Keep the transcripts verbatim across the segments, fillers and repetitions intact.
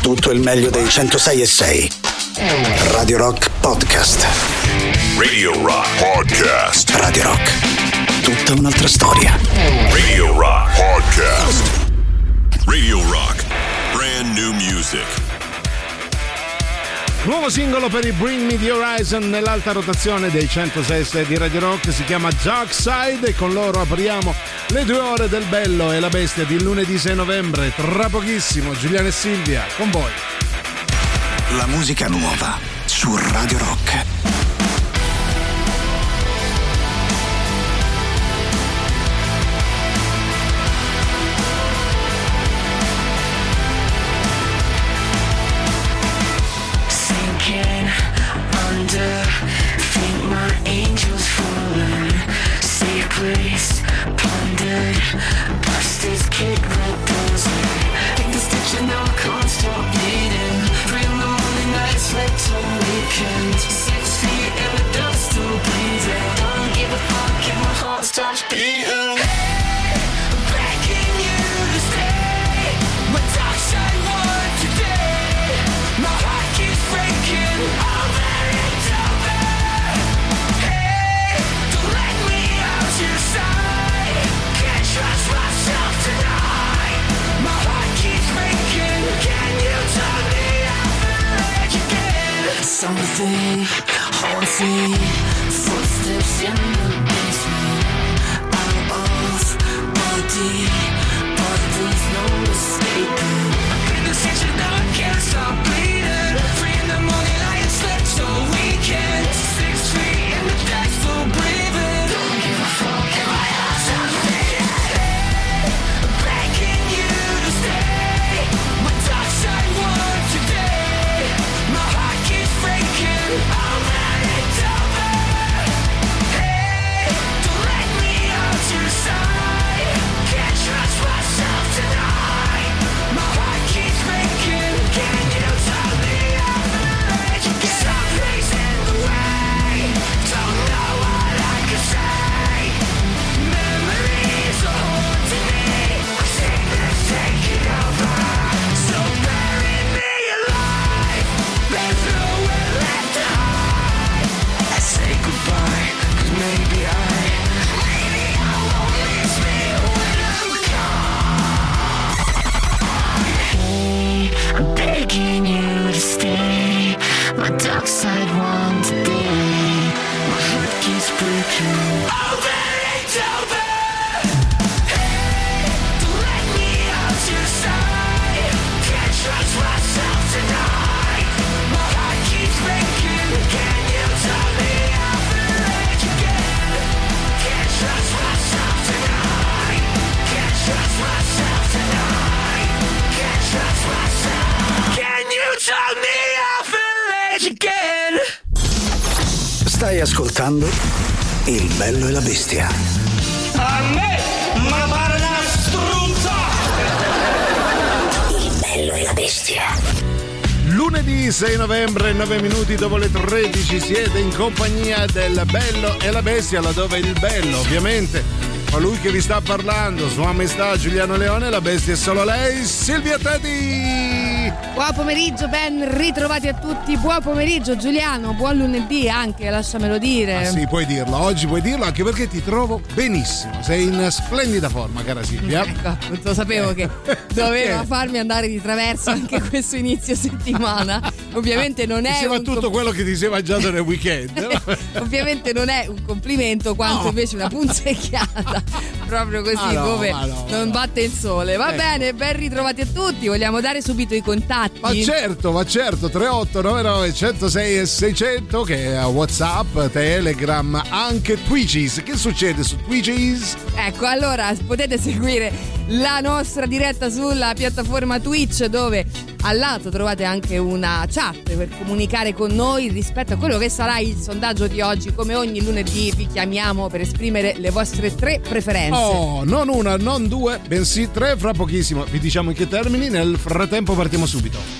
tutto il meglio dei centosei e sei. Radio Rock Podcast. Radio Rock Podcast. Radio Rock. Tutta un'altra storia. Radio Rock Podcast. Radio Rock. Brand new music. Nuovo singolo per i Bring Me the Horizon nell'alta rotazione dei centosei e sei di Radio Rock, si chiama Dark Side e con loro apriamo le due ore del Bello e la Bestia di lunedì sei novembre. Tra pochissimo Giuliano e Silvia con voi. La musica nuova su Radio Rock. Think my angel's fallen. Safe place, plundered. Busters kick the doors in. Think the stitch and now I can't stop bleeding. Three in the morning, I slept all weekend. Six feet in the dust, still breathing. Don't give a fuck if my heart stops beating. Hey, I'm begging you to stay. My dark side won today. My heart keeps breaking. I'll let it down. Trust myself tonight. My heart keeps breaking. Can you tell me I feel it again? Something haunting. Footsteps in the basement. Out of body, but there's no escaping. I'm in the section now, I can't stop bleeding. Three in the morning, I ain't slept all weekend. Six feet in the deck, full breathing. Don't give a fuck if my eyes are fading. Stai ascoltando Il Bello e la Bestia. A me, ma pare una struzza! Il Bello e la Bestia. Lunedì sei novembre, nove minuti dopo le tredici, siete in compagnia del Bello e la Bestia, laddove il bello, ovviamente, colui che vi sta parlando, Sua Maestà Giuliano Leone, la bestia è solo lei, Silvia Teti! Buon pomeriggio, ben ritrovati a tutti, buon pomeriggio Giuliano, buon lunedì anche, lasciamelo dire. Ah, sì, puoi dirlo, oggi puoi dirlo anche perché ti trovo benissimo, sei in splendida forma, cara Silvia. Ecco, appunto, sapevo che doveva farmi andare di traverso anche questo inizio settimana. Ovviamente non è Diceva un tutto com- quello che ti sei mangiato nel weekend. Ovviamente non è un complimento quanto No. invece una punzecchiata, proprio così Ah, no, come ma no, non no. batte il sole. Va Ecco. bene, ben ritrovati a tutti, vogliamo dare subito i contatti. Ma certo, ma certo, tre otto nove nove uno zero sei e seicento, che è WhatsApp, Telegram, anche Twitches. Che succede su Twitches? Ecco, allora potete seguire la nostra diretta sulla piattaforma Twitch, dove al lato trovate anche una chat per comunicare con noi rispetto a quello che sarà il sondaggio di oggi. Come ogni lunedì vi chiamiamo per esprimere le vostre tre preferenze. Oh, non una, non due, bensì tre. Fra pochissimo vi diciamo in che termini. Nel frattempo partiamo subito.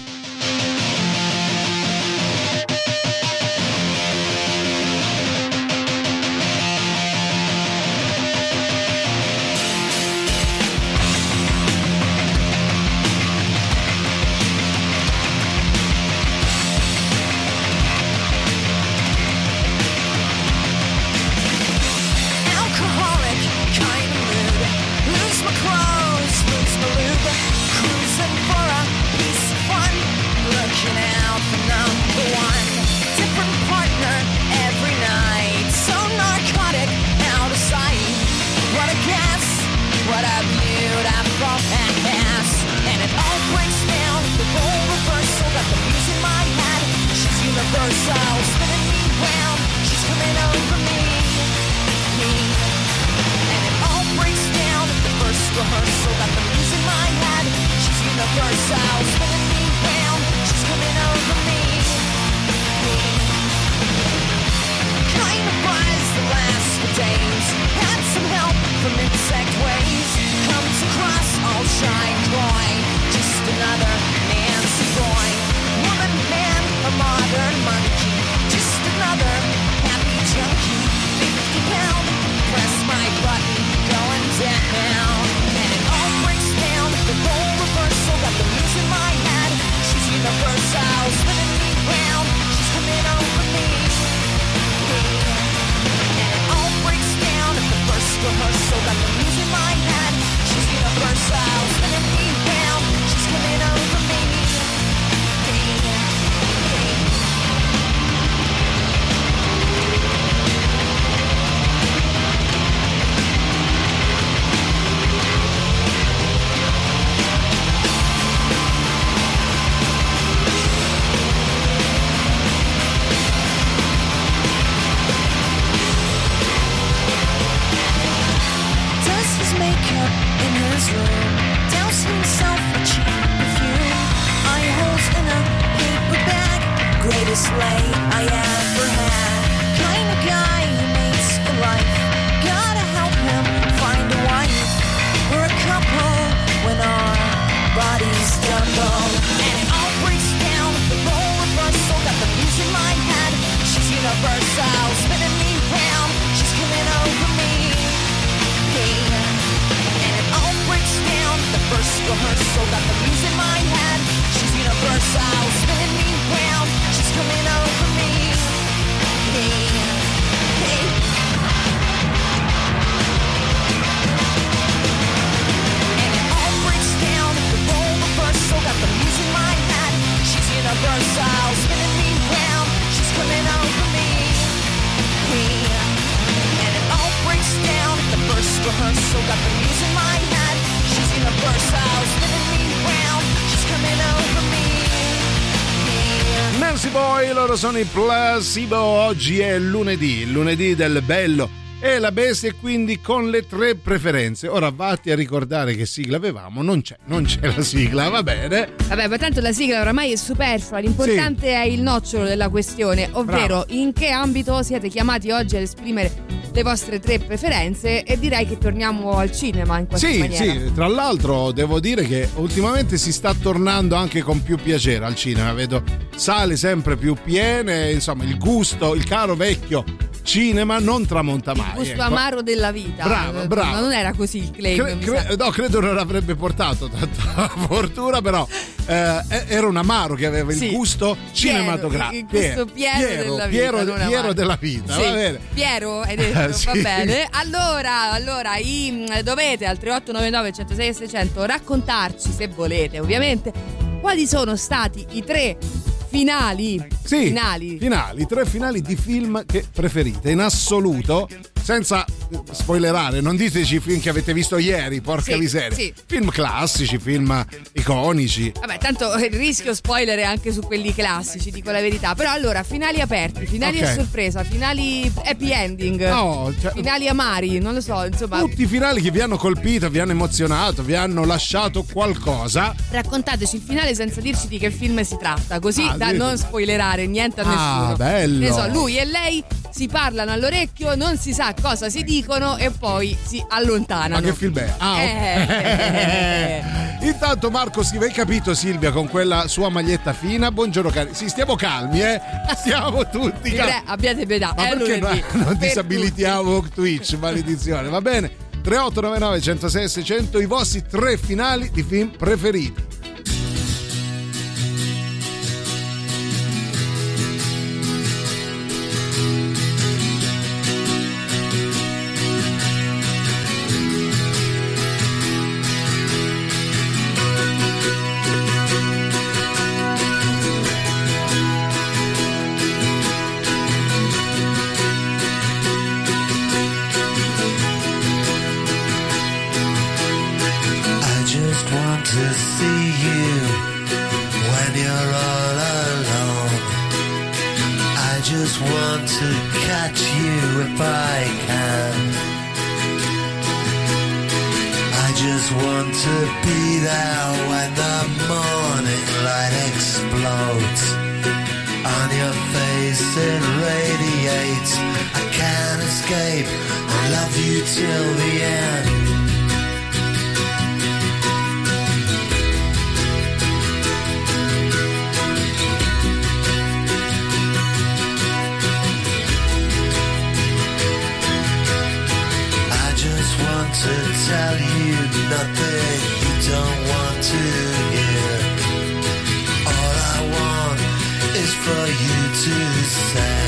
this late I ever had. Kind of guy who makes for life. Gotta help him find a wife. We're a couple when our bodies double. And it all breaks down, the role reversal. Got the blues in my head. She's universal, spinning me round. She's coming over me. Yeah. And it all breaks down, the first rehearsal. Got the blues in my head. She's universal, spinning me round. She's coming over me. Yeah. Hey. And it all breaks down, the role reversal. Got the blues in my head. She's universal, spinning me round. She's coming over me. Yeah. And it all breaks down, the first rehearsal. Got the blues in my head. She's universal, spinning me round. She's coming over me. Yeah. Nancy Boy, loro sono i Placebo. Oggi è lunedì, il lunedì del Bello e la Bestia, e quindi con le tre preferenze. Ora vatti a ricordare che sigla avevamo. Non c'è, non c'è la sigla, va bene. Vabbè, ma tanto la sigla oramai è superflua. L'importante Sì. è il nocciolo della questione, ovvero Bravo. in che ambito siete chiamati oggi ad esprimere le vostre tre preferenze, e direi che torniamo al cinema in qualche Sì, maniera. sì, tra l'altro devo dire che ultimamente si sta tornando anche con più piacere al cinema, vedo sale sempre più piene, insomma il gusto, il caro vecchio cinema non tramonta mai. Il gusto ecco. amaro della vita. Brava, brava. Ma non era così il claim. Cre- mi cre- sa. no, credo non avrebbe portato tanta fortuna, però eh, era un amaro che aveva Sì. il gusto cinematografico. Il gusto pieno della vita, Piero, non piero amaro. della vita, Sì. va bene. Piero, hai detto, Sì. va bene. Allora, allora i, dovete al tre otto nove nove uno zero sei sei zero zero raccontarci, se volete, ovviamente, quali sono stati i tre finali. Sì, finali. finali, tre finali di film che preferite in assoluto, senza spoilerare, non diteci i film che avete visto ieri, porca Sì, miseria. sì. Film classici, film iconici. Vabbè, tanto il rischio spoiler è anche su quelli classici, dico la verità. Però allora, finali aperti, finali Ok. a sorpresa, finali happy ending, No, cioè, finali amari, non lo so, insomma. tutti i finali che vi hanno colpito, vi hanno emozionato, vi hanno lasciato qualcosa. Raccontateci il finale senza dirci di che film si tratta, così Ah, da sì. non spoilerare niente a Ah, nessuno. bello. Ne so, lui e lei si parlano all'orecchio, non si sa cosa si dicono e poi si allontanano. Ma che film è? Ah, ok. Eh. Intanto Marco scrive: hai capito Silvia con quella sua maglietta fina? Buongiorno cari. Sì, stiamo calmi, eh. Stiamo tutti calmi. Beh, abbiate pietà, Ma è perché lunedì. no- non Per disabilitiamo Twitch? Maledizione, va bene? tre otto nove nove uno zero sei sei zero zero, i vostri tre finali di film preferiti. I just want to see you when you're all alone. I just want to catch you if I can. I just want to be there when the morning light explodes. On your face it radiates. I can't escape. I love you till the end. I just want to tell you nothing you don't want to hear. All I want is for you to say,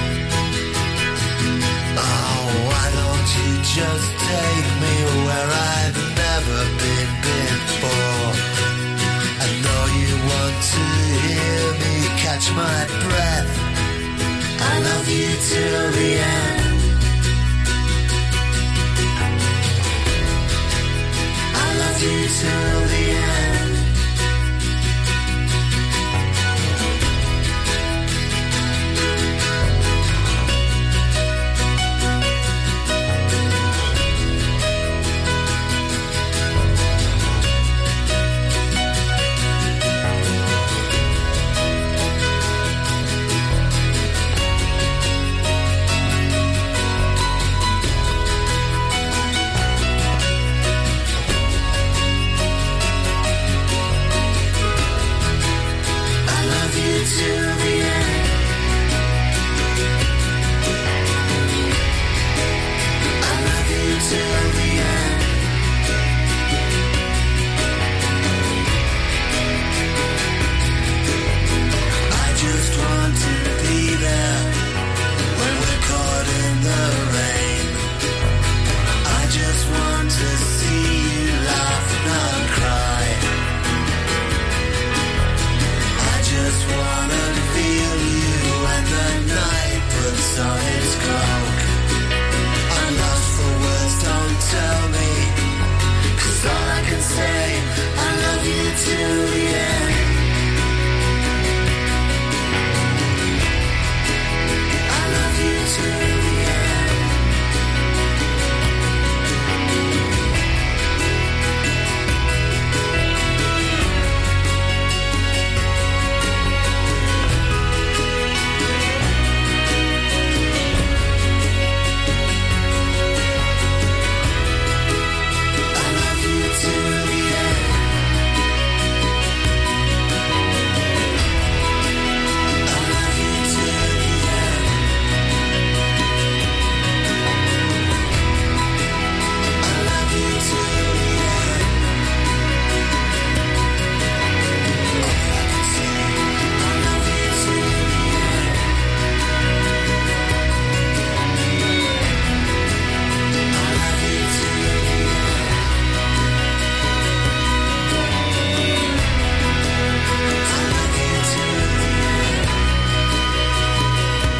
oh, why don't you just take me where I've never been before? I know you want to hear me catch my breath. I love you till the end. I love you till the end.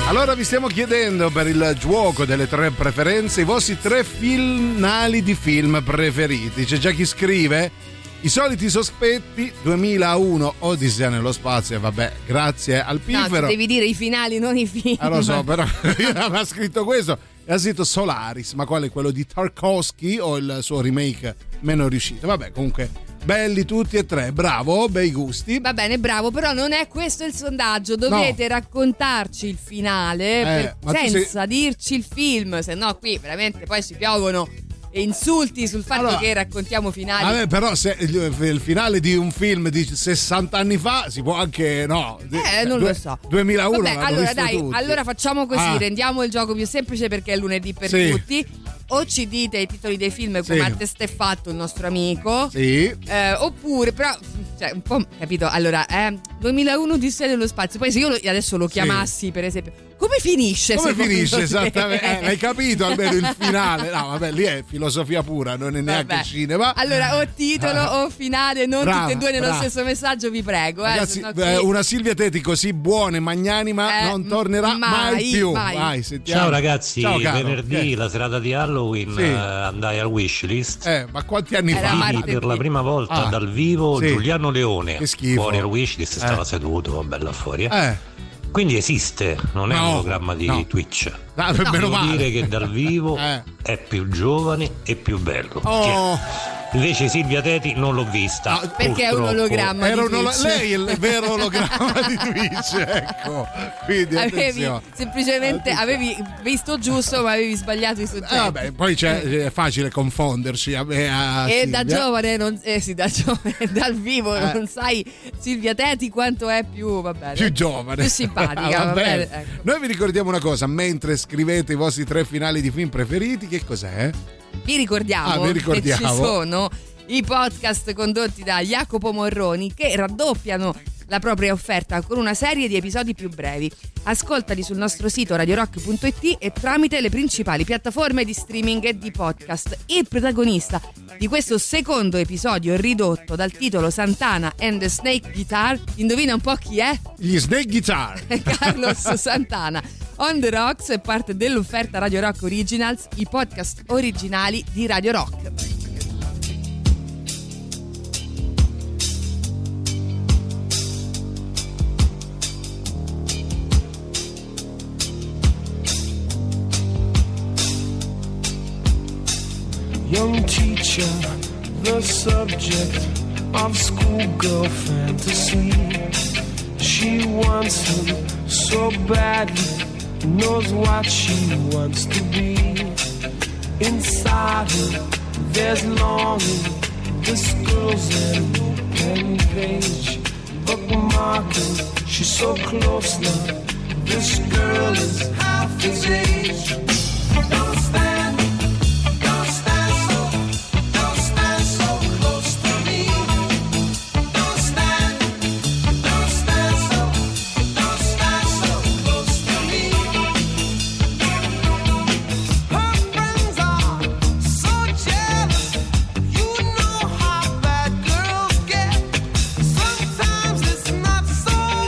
Allora vi stiamo chiedendo per il gioco delle tre preferenze i vostri tre finali di film preferiti. C'è già chi scrive I soliti sospetti, duemilauno Odissea nello spazio, e vabbè, grazie al piffero. No, devi dire i finali, non i film. Ah, lo so, però aveva scritto questo e ha scritto Solaris, ma quale? Quello di Tarkovsky o il suo remake meno riuscito? Vabbè, comunque belli tutti e tre, bravo, bei gusti. Va bene, bravo, però non è questo il sondaggio, dovete no. raccontarci il finale eh, per, senza sei... dirci il film, se no qui veramente poi si piovono e insulti sul fatto allora, che raccontiamo finali. Vabbè, però se il, il finale di un film di sessanta anni fa si può anche no. Eh, non due, lo so. duemilauno. Vabbè, allora dai, tutti. allora facciamo così, ah. rendiamo il gioco più semplice perché è lunedì per sì. tutti. O ci dite i titoli dei film come sì. ha testé fatto il nostro amico. Sì. Eh, oppure, però, cioè, un po', capito? Allora, eh, duemilauno Odissea nello spazio. Poi se io lo, adesso lo chiamassi, sì. per esempio, come finisce? Come finisce esattamente? Eh, hai capito almeno il finale? No, vabbè, lì è filosofia pura, non è neanche vabbè. cinema. Allora, o titolo ah. o finale, non brava, tutte e due nello brava. stesso messaggio, vi prego. Eh, Ragazzi, qui... eh, una Silvia Teti così buona e magnanima eh, non tornerà mai, mai più. Mai. Vai, ciao ragazzi, ciao, venerdì, eh. la serata di Halloween, sì. eh, andai al Wishlist. Eh, ma quanti anni Era fa? martedì. Per la prima volta ah. dal vivo sì. Giuliano Leone. Che schifo. Fuori al Wishlist, stava eh. seduto, bella fuori. Eh. eh. Quindi esiste, non è no, un programma di no. Twitch. Ah, no, Devo male. dire che dal vivo eh. è più giovane e più bello. Oh. Invece Silvia Teti non l'ho vista. No, perché è un ologramma Era di un Twitch. Lei è il vero ologramma di Twitch, ecco. Quindi avevi attenzione. semplicemente avevi visto giusto ma avevi sbagliato i soggetti. Eh, vabbè, poi c'è, è facile confonderci a me, a e Silvia. da giovane non, eh sì, da giovane dal vivo eh. non sai Silvia Teti quanto è più va bene, più giovane, più simpatica. va va bene. bene, ecco. Noi vi ricordiamo una cosa, mentre scrivete i vostri tre finali di film preferiti, che cos'è? Vi ricordiamo, ah, vi ricordiamo. che ci sono i podcast condotti da Jacopo Morroni che raddoppiano la propria offerta con una serie di episodi più brevi. Ascoltali sul nostro sito radio rock punto it e tramite le principali piattaforme di streaming e di podcast. Il protagonista di questo secondo episodio ridotto dal titolo Santana and the Snake Guitar, indovina un po' chi è? Gli Snake Guitar. Carlos Santana. On the Rocks è parte dell'offerta Radio Rock Originals, i podcast originali di Radio Rock. Young teacher, the subject of schoolgirl fantasy. She wants him so badly, knows what she wants to be. Inside her, there's longing. This girl's an open page, bookmarking. She's so close now. This girl is half his age. Don't stand.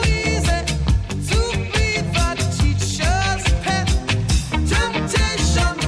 Temptation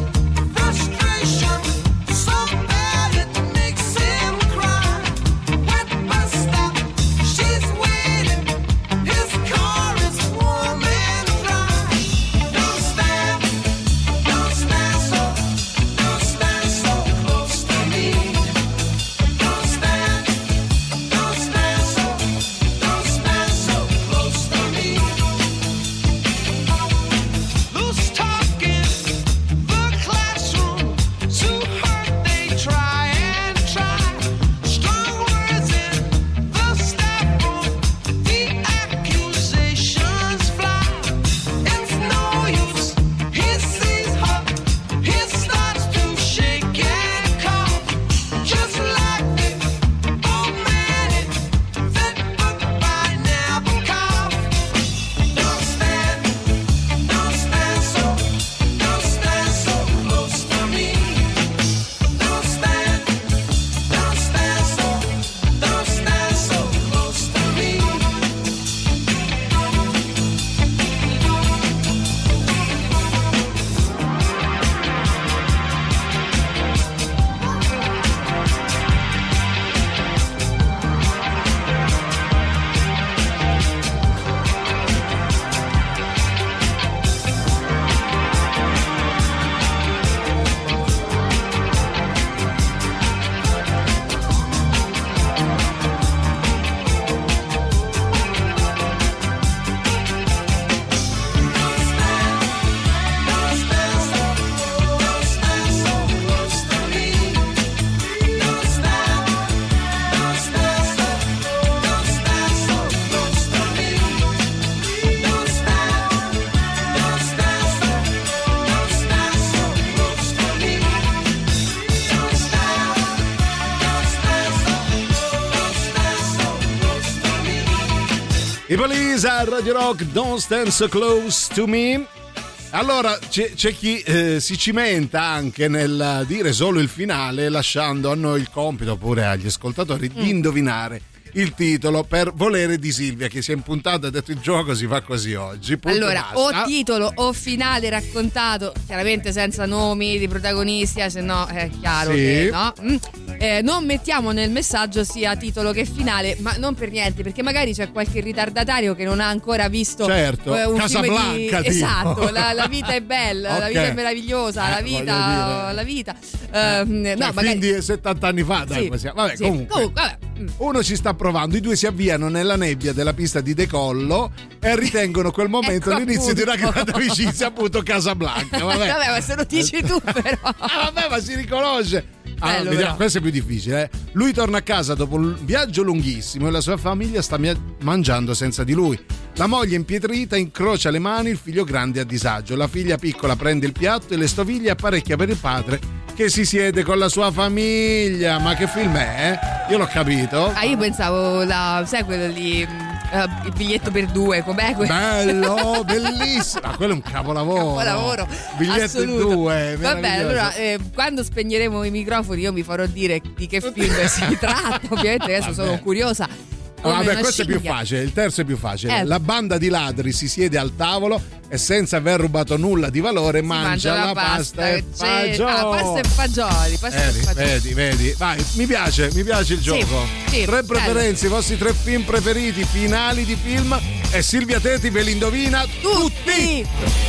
I Police a Radio Rock, Don't Stand So Close to Me. Allora c'è, c'è chi eh, si cimenta anche nel dire solo il finale, lasciando a noi il compito, oppure agli ascoltatori, mm. di indovinare il titolo per volere di Silvia, che si è impuntata e ha detto il gioco si fa così oggi. Punto, allora, basta. O titolo o finale raccontato, chiaramente senza nomi di protagonisti, se no è chiaro sì. che no. Mm. Eh, non mettiamo nel messaggio sia titolo che finale, ma non per niente, perché magari c'è qualche ritardatario che non ha ancora visto certo. eh, un Casablanca, film di... Esatto, la, la vita è bella, okay. La vita è meravigliosa, eh, la vita la vita eh, cioè, no, magari di settanta anni fa, dai, sì, vabbè, sì. comunque, comunque vabbè. Uno ci sta provando, i due si avviano nella nebbia della pista di decollo e ritengono quel momento ecco l'inizio appunto. di una grande amicizia, appunto Casablanca. Vabbè, vabbè ma se lo dici tu però. Ah, vabbè, ma si riconosce. Ah, Bello, vediamo, questo è più difficile. Eh. Lui torna a casa dopo un viaggio lunghissimo e la sua famiglia sta mia- mangiando senza di lui. La moglie impietrita incrocia le mani, il figlio grande a disagio. La figlia piccola prende il piatto e le stoviglie, apparecchia per il padre che si siede con la sua famiglia. Ma che film è? Eh? Io l'ho capito. Ah, io pensavo la, sai quello lì, uh, il biglietto per due, com'è quello? Bello, bellissimo. Ah, quello è un capolavoro. Capolavoro. Biglietto in due. Vabbè, allora eh, quando spegneremo i microfoni io vi farò dire di che film si tratta. Ovviamente adesso Vabbè. sono curiosa. Ah, vabbè, questo scimmia. è più facile, il terzo è più facile. Eh. La banda di ladri si siede al tavolo e senza aver rubato nulla di valore mangia, mangia la, la pasta, pasta e fagioli. Ah, pasta e fagioli, pasta vedi, e fagioli. vedi, vedi. Vai, mi piace, mi piace il Sì, gioco. sì, tre bello. preferenze, i vostri tre film preferiti, finali di film, e Silvia Teti ve li indovina tutti. tutti.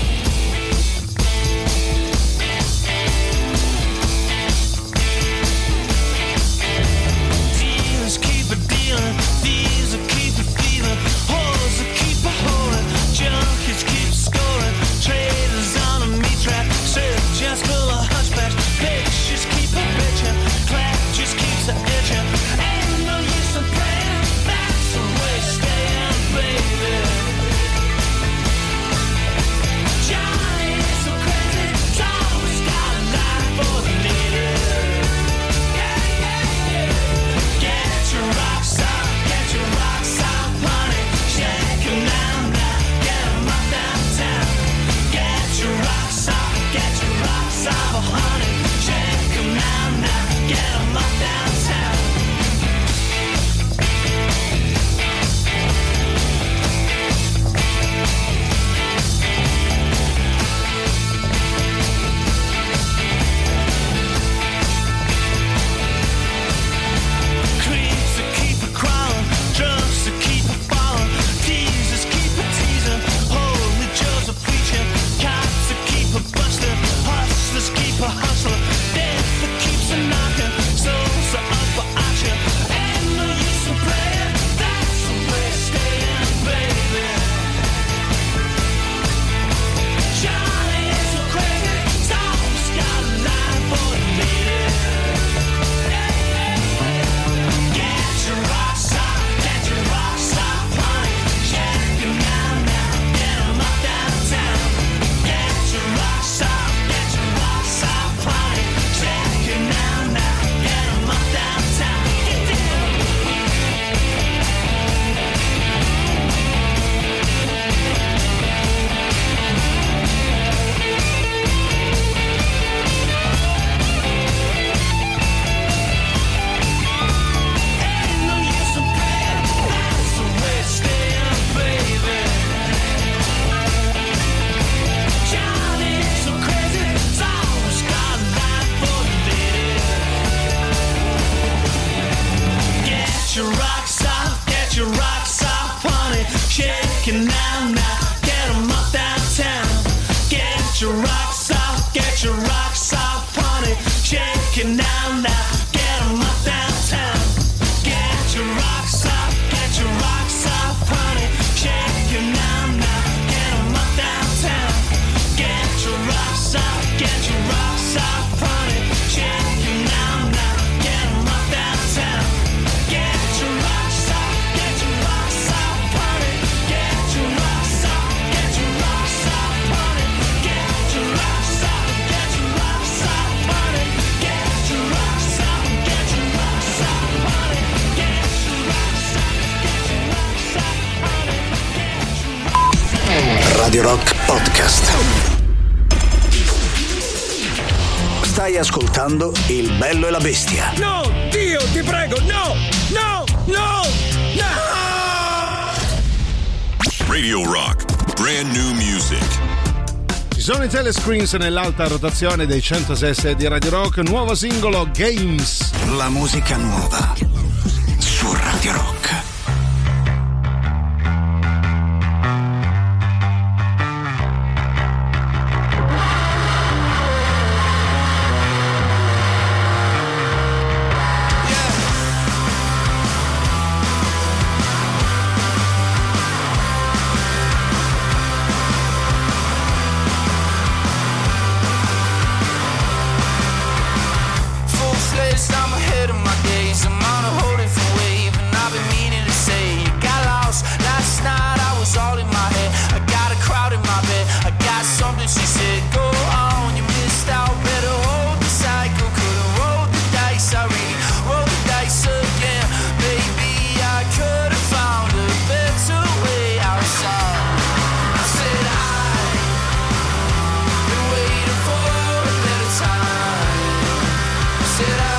Dealers keep a dealing, thieves will keep a thieving, whores will keep a whoring, junkies keep scoring, traders on a meat track, surgeons full of hunchbacks, bitches keep a bitchin', clap just keeps a itchin', ain't no use in praying, that's the way staying, baby. Radio Rock Podcast. Stai ascoltando Il Bello e la Bestia. No, Dio, ti prego, no, no, no, no! Radio Rock, brand new music. Ci sono i telescreens nell'alta rotazione dei centosei e sei di Radio Rock, nuovo singolo Games. La musica nuova su Radio Rock. I'm ahead of my days. I'm on a holding for wave, and I've been meaning to say you got lost last night. I was all in my head. I got a crowd in my bed. I got something she said. Go on, you missed out. Better hold the cycle. Could've rolled the dice. I really rolled the dice again. Baby, I could've found a better way outside. I said I've been waiting for a better time. I said I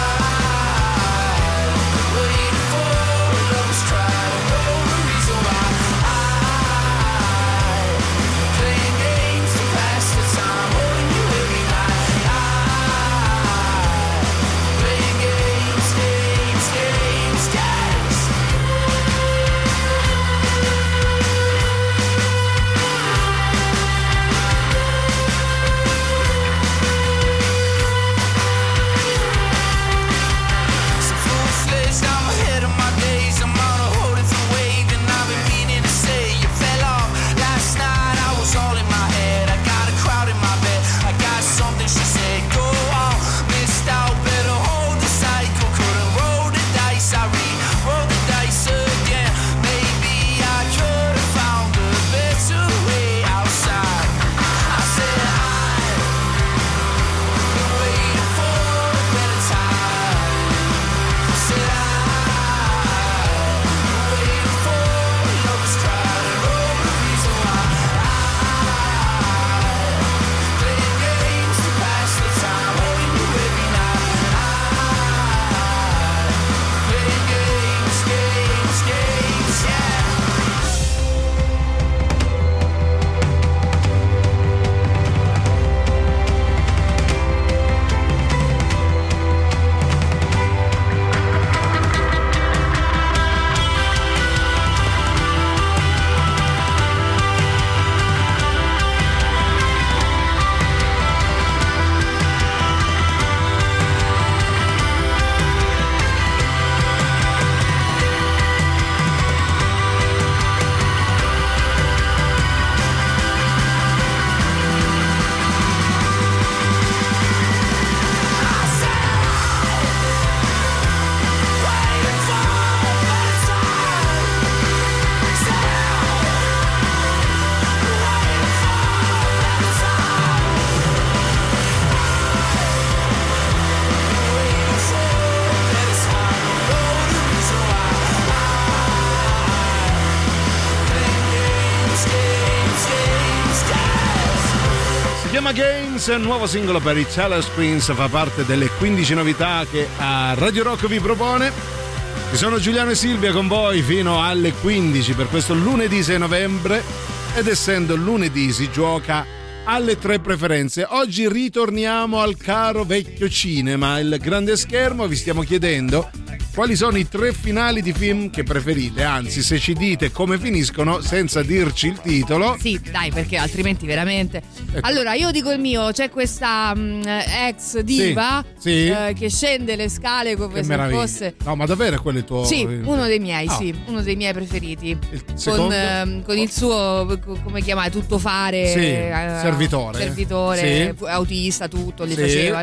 Games, nuovo singolo per i Telescreens, fa parte delle quindici novità che a Radio Rock vi propone. Ci sono Giuliano e Silvia con voi fino alle quindici per questo lunedì sei novembre, ed essendo lunedì si gioca alle tre preferenze. Oggi ritorniamo al caro vecchio cinema, il grande schermo. Vi stiamo chiedendo quali sono i tre finali di film che preferite, anzi se ci dite come finiscono senza dirci il titolo. Sì, dai, perché altrimenti veramente. Ecco. Allora io dico il mio, c'è questa um, ex diva sì, sì. Eh, che scende le scale come che se meraviglia. fosse. No, ma davvero è quello il tuo? Sì, uno dei miei, oh. sì, uno dei miei preferiti. Il con, eh, con il suo, come chiamare, tutto fare, sì, eh, servitore, servitore sì. autista, tutto gli sì. faceva, no?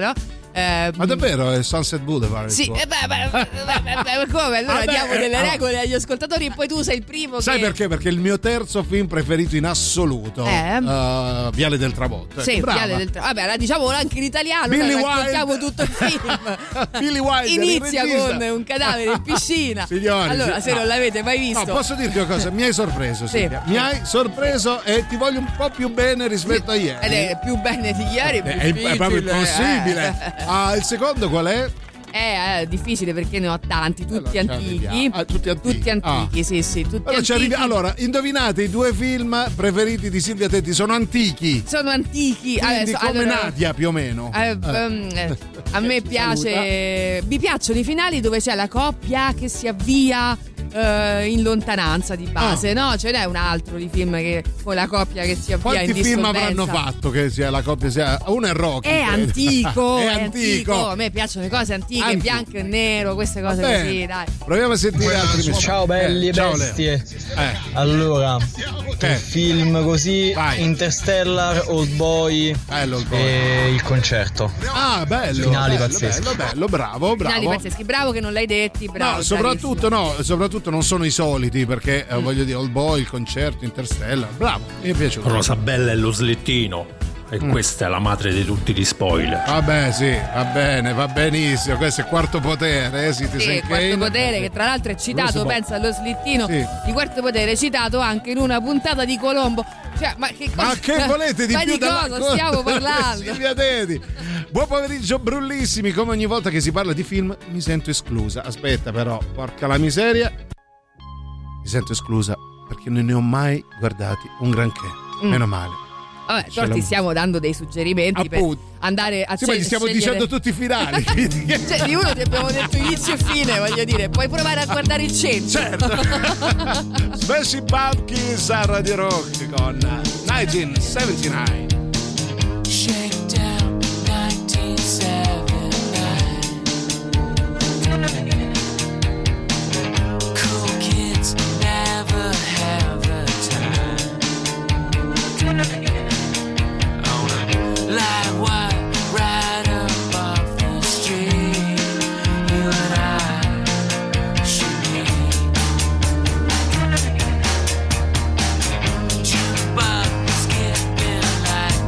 Eh, Ma davvero è Sunset Boulevard? Sì, eh beh, beh, beh, beh, beh, come? Allora Vabbè, diamo delle eh, regole agli ascoltatori e poi tu sei il primo. Sai che... perché? Perché il mio terzo film preferito in assoluto Eh? uh, Viale del Tramonto. Sì, Brava. Viale del Tramonto. Vabbè, la diciamo anche in italiano, Billy noi Wilder. raccontiamo tutto il film. Billy Wilder, Inizia il regista. con un cadavere in piscina. Signori, allora, sì. se no. non l'avete mai visto. No, posso dirti una cosa? Mi hai sorpreso, Sì. Silvia. Mi hai sorpreso e ti voglio un po' più bene rispetto a ieri. Ed è più bene di ieri, è più È, è difficile. proprio impossibile. Eh. Ah, il secondo qual è? È eh, difficile perché ne ho tanti, tutti Allora, ci antichi. arriviamo. Ah, tutti antichi. Tutti antichi, Ah. sì, sì, tutti Allora, ci antichi. arrivi- allora, indovinate, i due film preferiti di Silvia Tetti sono antichi. Sono antichi. Quindi Adesso, come allora, Nadia più o meno. eh, Eh. um, eh, a me piace, mi piacciono i finali dove c'è la coppia che si avvia eh, in lontananza di base, no? Ce n'è un altro di film che con la coppia che si avvia Quanti in film dissolvenza. avranno fatto che sia la coppia sia uno è Rocky? È credo. antico, è, è antico. antico. A me piacciono le cose antiche, Antico. bianco e nero, queste cose Bene. così, dai. Proviamo a sentire altri messaggi. Ciao belli Eh, ciao, Leo. bestie. Eh. Allora, Eh. film così, Vai. Interstellar, Old Boy Bello il boy. e il concerto. Ah, bello. Finali bello, pazzeschi. bello, bello, bravo, bravo. Finali pazzeschi, bravo che non l'hai detti, bravo. No, soprattutto no, soprattutto non sono i soliti perché eh, voglio dire Old Boy, il concerto, Interstellar. Bravo, mi è piaciuto. Rosabella e lo slittino. E questa è la madre di tutti gli spoiler. Vabbè, sì, va bene, va benissimo. Questo è Quarto Potere, eh, Citizen Sì, Quarto Kane. Potere, che tra l'altro è citato, Questo pensa allo slittino Sì. di Quarto Potere, citato anche in una puntata di Colombo. Cioè, ma che cosa? Ma che volete di ma più di dalla- cosa stiamo parlando? Silvia Teti. Buon pomeriggio brullissimi, come ogni volta che si parla di film mi sento esclusa. Aspetta però, porca la miseria. Mi sento esclusa perché non ne ho mai guardati un granché. Mm. Meno male. Vabbè, Ce noi ti l'ho- stiamo dando dei suggerimenti Appunto. per andare a Sì, ma gli stiamo scegliere- dicendo tutti i finali. quindi che- Cioè, di uno ti abbiamo detto inizio e fine, voglio dire, puoi provare a guardare il centro. Certo. Smashing Pumpkins a Radio Rock con millenovecentosettantanove. Shakedown nineteen seventy-nine. Cool kids never have a time. On a light wire right up off the street, you and I should meet. Jukebox skipping like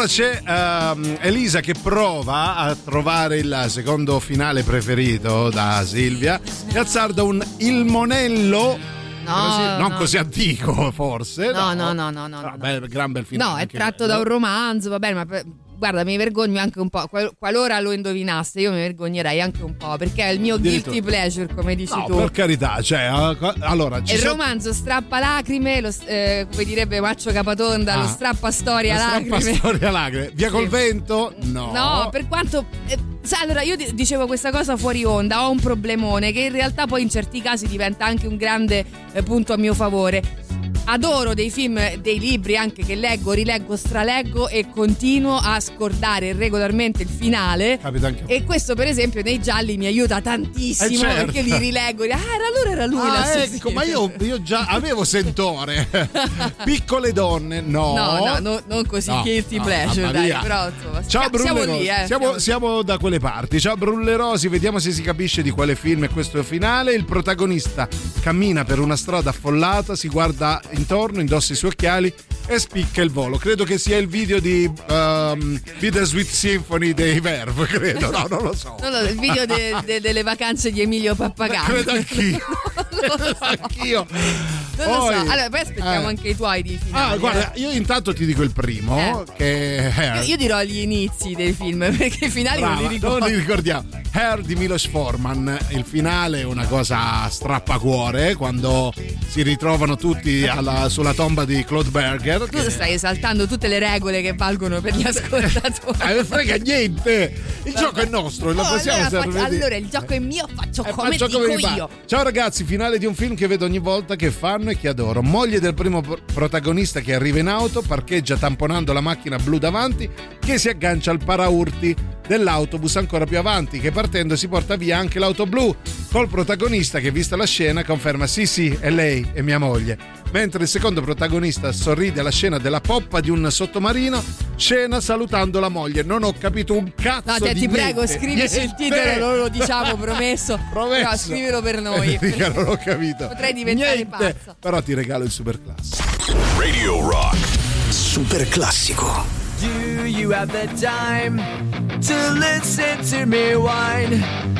Allora c'è uh, Elisa che prova a trovare il secondo finale preferito da Silvia e azzarda un Il Monello. No, così, non no. così antico forse. No, no, no, no, no. Ah, no. bel, gran bel finale. No, è anche tratto bello. da un romanzo, va bene, ma per- guarda, mi vergogno anche un po'. Qual- qualora lo indovinaste, io mi vergognerei anche un po', perché è il mio Addirittura. guilty pleasure, come dici No, tu. per carità, cioè, uh, allora ci Il sono- romanzo strappa lacrime, lo, eh, come direbbe Maccio Capatonda, Ah, lo strappa storia la strappa lacrime. storia lacrime. Via col Sì. vento? No. No, per quanto. eh, sai, allora io di- dicevo questa cosa fuori onda, ho un problemone che in realtà poi in certi casi diventa anche un grande eh, punto a mio favore. Adoro dei film, dei libri anche che leggo, rileggo, straleggo e continuo a scordare regolarmente il finale. Capita anche a me. E questo per esempio nei gialli mi aiuta tantissimo, Eh, certo. perché li rileggo e dico, ah, era lui, era lui Ah, l'assassino. ecco, ma io, io già avevo sentore. Piccole donne, no. No, no, no, non così No, guilty no, pleasure, mamma dai, mia. però insomma, Ciao sia- siamo Brullerosi, lì, eh. siamo, siamo da quelle parti. Ciao Brullerosi, vediamo se si capisce di quale film è questo finale. Il protagonista cammina per una strada affollata, si guarda intorno, indossa i suoi occhiali e spicca il volo. Credo che sia il video di um, Bittersweet Symphony dei Verve, credo, no, non lo so. No, no, il video de- de- delle vacanze di Emilio Pappagallo. Credo anchio. Non lo so. Anch'io. Non lo so. Poi- Allora, poi aspettiamo eh. anche i tuoi di finali. Ah, guarda, eh. io intanto ti dico il primo, che Io, io dirò gli inizi dei film, perché i finali Brava, non li ricordo. non li ricordiamo. Hair di Milos Forman, il finale è una cosa strappacuore, quando si ritrovano tutti alla- sulla tomba di Claude Berger. Tu stai esaltando tutte le regole che valgono per gli ascoltatori. Ah, non frega niente, il gioco è nostro, lo Oh, possiamo allora, faccio- servire. allora il gioco è mio, faccio Eh, come faccio dico come mi pare. io. Ciao ragazzi, finale di un film che vedo ogni volta, che fanno e che adoro. Moglie del primo pro- protagonista che arriva in auto, parcheggia tamponando la macchina blu davanti, che si aggancia al paraurti dell'autobus ancora più avanti, che partendo si porta via anche l'auto blu, col protagonista che, vista la scena, conferma sì sì, è lei, è mia moglie. Mentre il secondo protagonista sorride alla scena della poppa di un sottomarino, scena salutando la moglie. Non ho capito un cazzo No, te, di ti niente. prego, scrivici il Niente. titolo, non lo diciamo, promesso. Promesso. Però scrivilo per noi. Dica, non ho capito. Potrei diventare Niente. pazza. Però ti regalo il super classico. Radio Rock. Super classico. Do you have the time to listen to me whine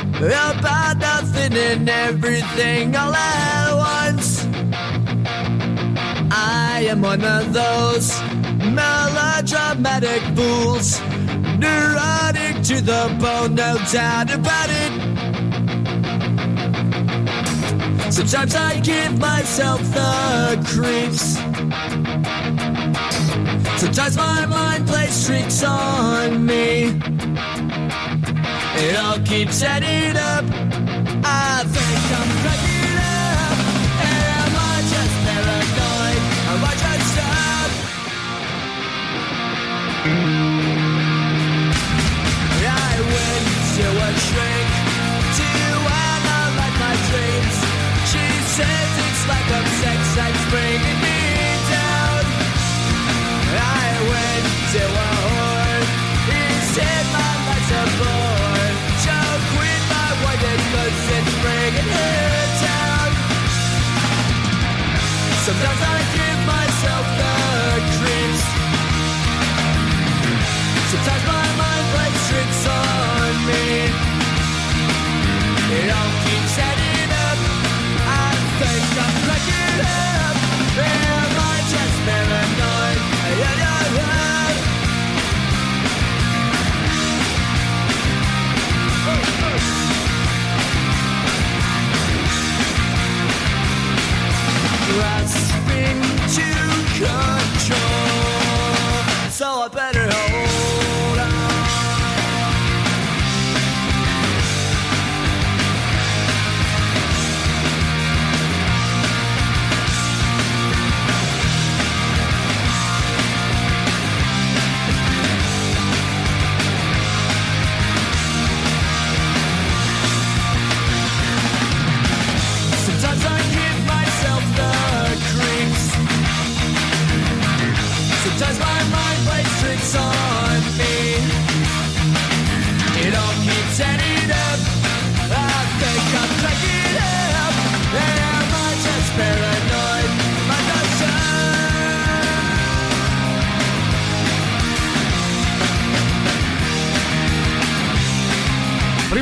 about nothing and everything all at once? I am one of those melodramatic fools, neurotic to the bone, no doubt about it. Sometimes I give myself the creeps. Sometimes my mind plays tricks on me. It all keeps adding up. I think I'm cracking up. Am I just paranoid? Am I just up? I went to a shrink to analyze my dreams. She says it's like a sex that's bringing me down. I went to a whore. He said my life's a bore. So quit my wife because it's bringing her down. Sometimes I give myself the creeps. Sometimes my mind plays tricks on me. It all keeps adding up. I think I'm cracking up. Am I just paranoid? Yeah, yeah, yeah. Grasping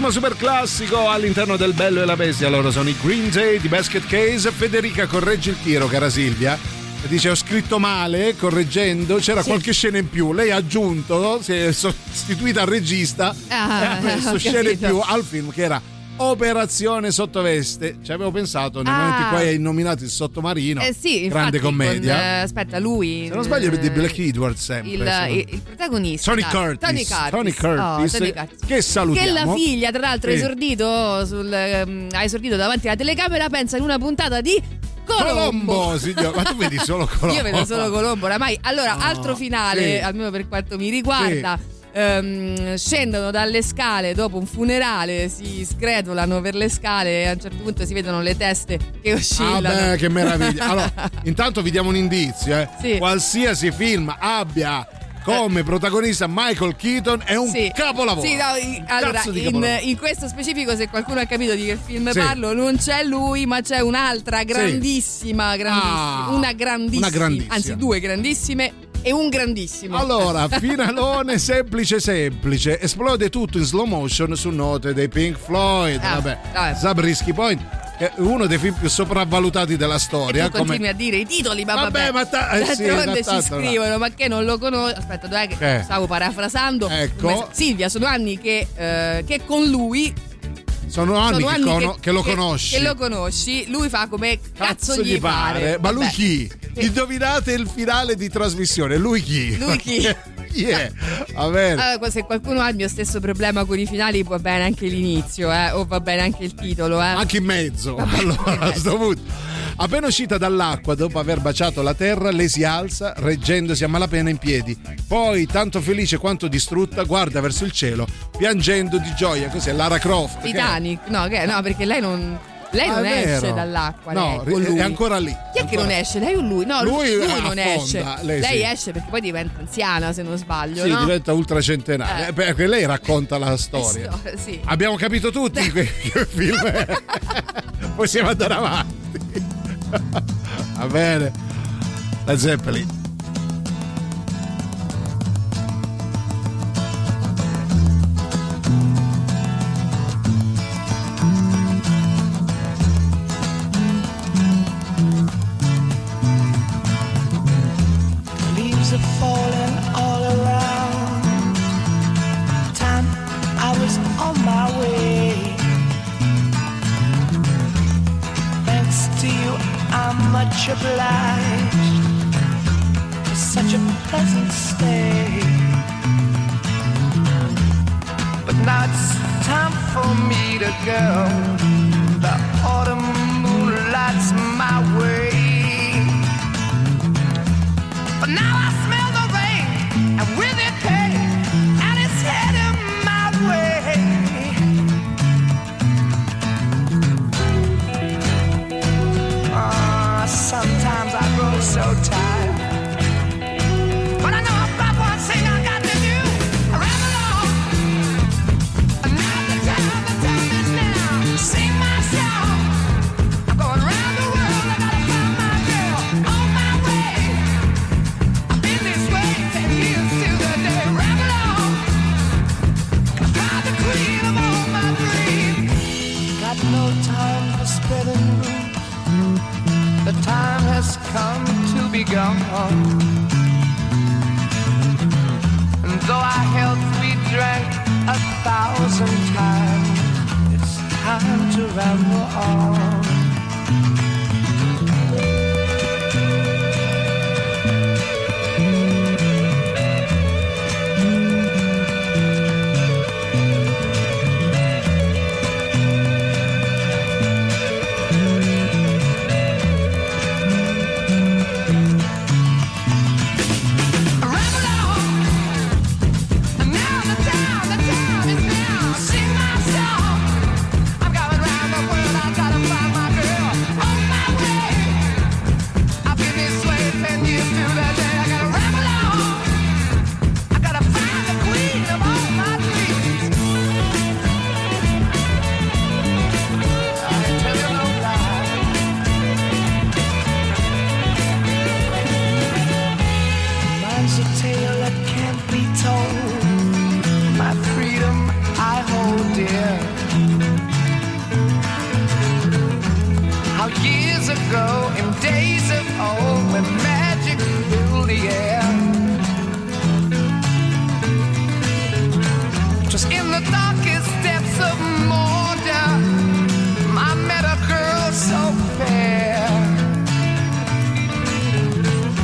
Primo super classico all'interno del Bello e la Bestia. Loro sono i Green Day di Basket Case. Federica corregge il tiro, cara Silvia. Dice ho scritto male, correggendo, c'era sì. qualche scena in più. Lei ha aggiunto, si è sostituita al regista ah, e ha messo scene in più al film che era Operazione Sottoveste. Ci avevo pensato nei ah. momenti in cui hai nominato Il Sottomarino. Eh sì, grande commedia. Con, eh, aspetta, lui. Se non sbaglio è di Black Edward sempre. Il, il, il protagonista. Tony Curtis. Tony Curtis. Tony Curtis, oh, Tony Curtis. Che salutiamo. Che la figlia, tra l'altro, ha sì. esordito, sul, um, ha esordito davanti alla telecamera, pensa in una puntata di Colombo, Colombo signor. Ma tu vedi solo Colombo? Io vedo solo Colombo oramai. Allora, oh, altro finale, sì. almeno per quanto mi riguarda. Sì. Um, scendono dalle scale dopo un funerale, si sgretolano per le scale e a un certo punto si vedono le teste che oscillano. Ah beh, che meraviglia. Allora, intanto vi diamo un indizio, eh. Sì. Qualsiasi film abbia come protagonista Michael Keaton è un sì. capolavoro. Sì, no, in, allora, in, in questo specifico, se qualcuno ha capito di che film sì. parlo, non c'è lui, ma c'è un'altra grandissima, sì. grandissima, ah, una grandissima, una grandissima, anzi due grandissime e un grandissimo. Allora, finalone semplice semplice. Esplode tutto in slow motion su note dei Pink Floyd. Ah, vabbè, vabbè. Zabriskie Point, che è uno dei film più sopravvalutati della storia. E tu continui come... a dire i titoli, ma vabbè, vabbè ma ta- eh, d'altronde sì, ci scrivono, no. ma che non lo conosco. Aspetta, dov'è che eh. stavo parafrasando? Ecco. Silvia, sono anni che, eh, che con lui. Sono anni, Sono che, anni cono- che, che lo che, conosci. Che lo conosci, lui fa come cazzo, cazzo gli pare. pare. Ma lui Vabbè. chi? Indovinate il finale di trasmissione. Lui chi? Lui chi? Chi è? Va bene. Allora, se qualcuno ha il mio stesso problema con i finali, va bene anche l'inizio, eh? O va bene anche il titolo, eh? Anche in mezzo. Vabbè, allora, in mezzo. a sto punto. Appena uscita dall'acqua, dopo aver baciato la terra, lei si alza, reggendosi a malapena in piedi. Poi, tanto felice quanto distrutta, guarda verso il cielo, piangendo di gioia. Cos'è? Lara Croft? Titanic? Che no, che, no, perché lei non... Lei ah, non vero. esce dall'acqua. No, lei, con lui. è ancora lì. Chi è ancora... che non esce? Lei o lui? No, lui, lui, lui affonda, non esce. Lei, lei sì. esce perché poi diventa anziana, se non sbaglio. Sì, no? diventa ultracentenaria. Eh. Perché lei racconta la storia. Eh, sì. Abbiamo capito tutti che, che film è. Possiamo andare avanti. Va bene. La Zeppelin. Falling all around. Time I was on my way. Thanks to you, I'm much obliged for such a pleasant stay. But now it's time for me to go. The autumn moon lights my way. But now I smell the rain, and with it pain, and it's heading my way. Ah, sometimes I grow so tired, but I know about one thing I got to do. I ran along, and now the time, the time is now. Sing my song. I'm going round the world. I gotta find my girl on my way. No time for spreading root. The time has come to be gone. And though our health we drank a thousand times, it's time to ramble on. Sing my song. I'm going round the world. I gotta find my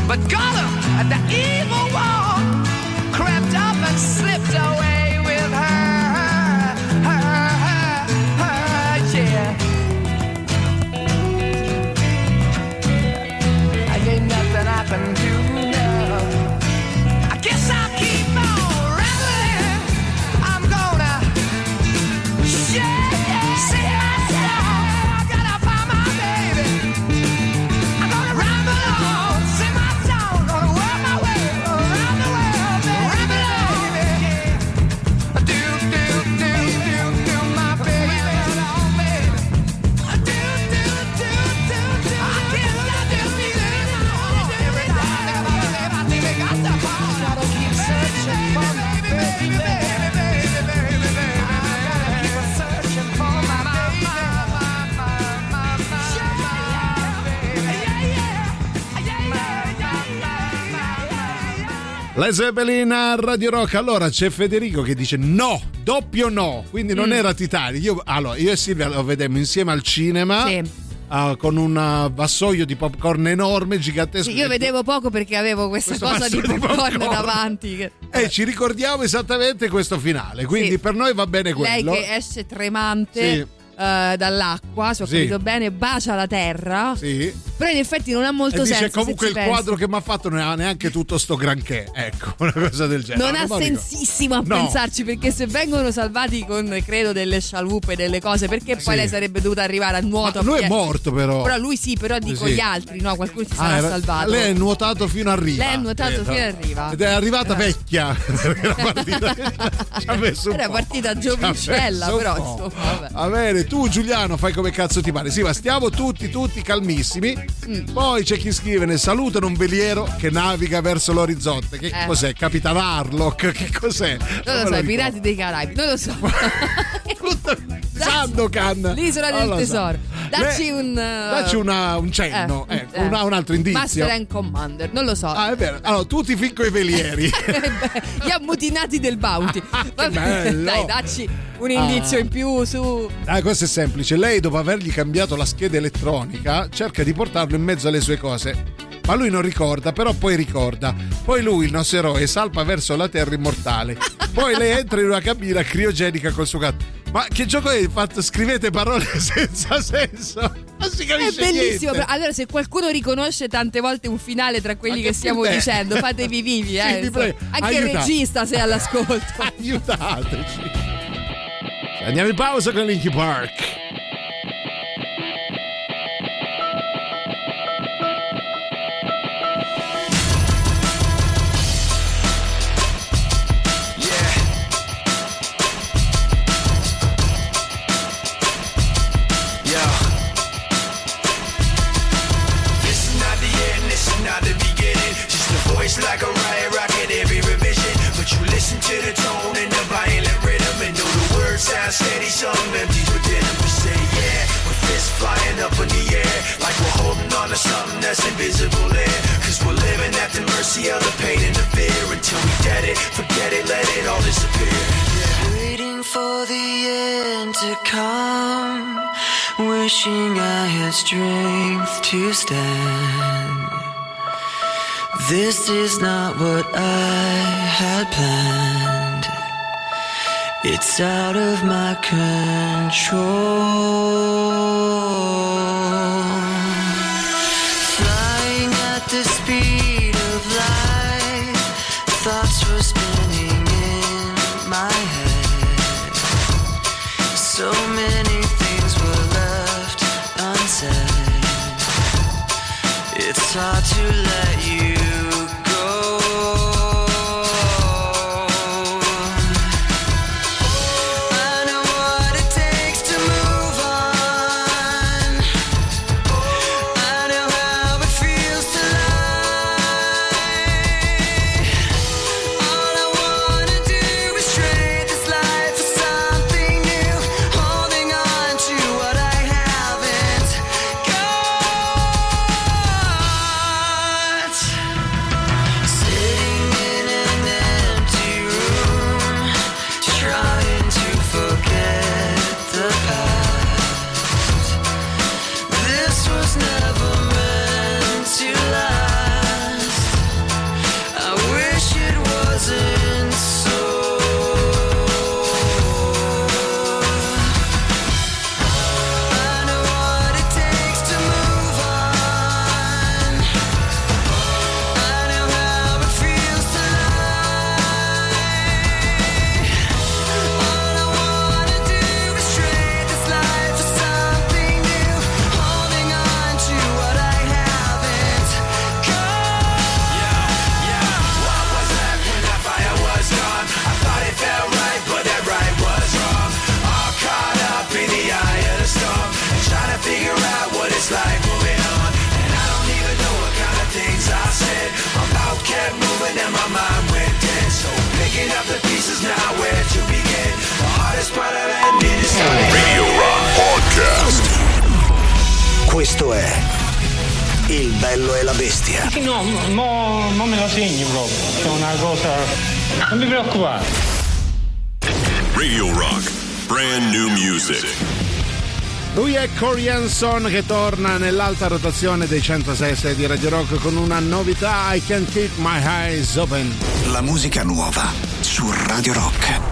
but Gollum, the evil one, crept up and slipped away with her, her, her, her, yeah. I ain't nothing I can do now. I guess I'll keep on rambling. I'm gonna share, see myself. I gotta find my baby. I'm gonna ramble on, sing my song, gonna work my way around the world, baby. Do, do, do, do, do, my baby. Do, do, do, do, do. I can't stop this feeling. Every time I live, I think I got the power. Gotta keep searching for my baby, baby, baby, baby, baby. I gotta keep searching for my baby, my, my, my, my, my, baby. Yeah, yeah, yeah, yeah, yeah. La Zeppelin a Radio Rock. Allora c'è Federico che dice no, doppio no, quindi non Mm. era Titanic. Io, allora, io e Silvia lo vedemmo insieme al cinema. Sì. ah, con un uh, vassoio di popcorn enorme, gigantesco. Sì, io vedevo poco perché avevo questa Questo cosa di vassoio di popcorn popcorn. davanti. che- E ci ricordiamo esattamente questo finale, quindi Sì. per noi va bene Lei quello. che esce tremante Sì. eh, dall'acqua, se ho Sì. capito bene, bacia la terra. Sì. Però in effetti non ha molto E dice senso. comunque se il ci pensi. quadro che mi ha fatto non ha neanche tutto sto granché, ecco, una cosa del genere. Non ha ma ricordo. sensissimo a No. pensarci, perché se vengono salvati con, credo, delle scialuppe e delle cose, perché poi Sì. lei sarebbe dovuta arrivare a nuoto. Ma lui a è piedi. morto però. Però lui sì, però dico Sì. gli altri, no? Qualcuno si Ah, sarà era- salvato. Lei è nuotato fino a riva. Lei è nuotato credo. fino a riva. Ed è arrivata Eh. vecchia. Perché la partita ci ha messo un Era po'. partita Ci ha giovincella, messo un però po'. insomma, vabbè. Va bene, tu Giuliano fai come cazzo ti pare. Sì, ma stiamo tutti, tutti calmissimi. Mm. Poi c'è chi scrive: ne salutano un veliero che naviga verso l'orizzonte. Che Eh. cos'è? Capitan Harlock? Che cos'è? Non lo me so, i ricordo. Pirati dei Caraibi, non lo so. Sandokan. L'isola del Non lo so. tesoro. Dacci Lei- un. uh, Dacci una- un cenno, eh, ecco, eh. una- un altro indizio. Master and Commander, non lo so. Ah, è vero. Allora, tu ti ficco i velieri. Gli ammutinati del Bounty. Vabbè, bello. dai, dacci un indizio Ah. in più su. Ah, questo è semplice. Lei, dopo avergli cambiato la scheda elettronica, cerca di portarlo in mezzo alle sue cose. Ma lui non ricorda, però poi ricorda. Poi lui, il nostro eroe, salpa verso la terra immortale. Poi lei entra in una cabina criogenica col suo gatto. Ma che gioco è fatto? Scrivete parole senza senso. Non si È capisce bellissimo. niente. però- Allora, se qualcuno riconosce tante volte un finale tra quelli Ma che che stiamo film è? dicendo, fatevi vivi, eh. Sì, vi insomma. prego, Anche il aiutate. regista, se è all'ascolto. Aiutateci. Andiamo in pausa con Linkin Park. Yo. This is not the end, this is not the beginning. Just a voice like a riot rocket every revision. But you listen to the tone and the violent rhythm, and though the words sound steady, some empty within them. We say yeah, with fists flying up in the air, like we're holding on to something that's invisible there. Cause we're living at the mercy of the pain and the fear. Until we get it, forget it, let it all disappear. Waiting for the end to come, wishing I had strength to stand. This is not what I had planned. It's out of my control. Flying at the speed of light, thoughts were spinning in my head. So many things were left unsaid. It's hard to let you go. I know what it takes to move on. I know how it feels to lie. All I wanna do is trade this life for something new, holding on to what I haven't got. Radio Rock Podcast. Questo è Il Bello e la Bestia. No, mo, mo me lo segni proprio. C'è una cosa. Non mi preoccupare. Radio Rock, brand new music. Lui è Corey Hanson che torna nell'alta rotazione dei centosei e sei di Radio Rock con una novità, I Can't Keep My Eyes Open. La musica nuova su Radio Rock.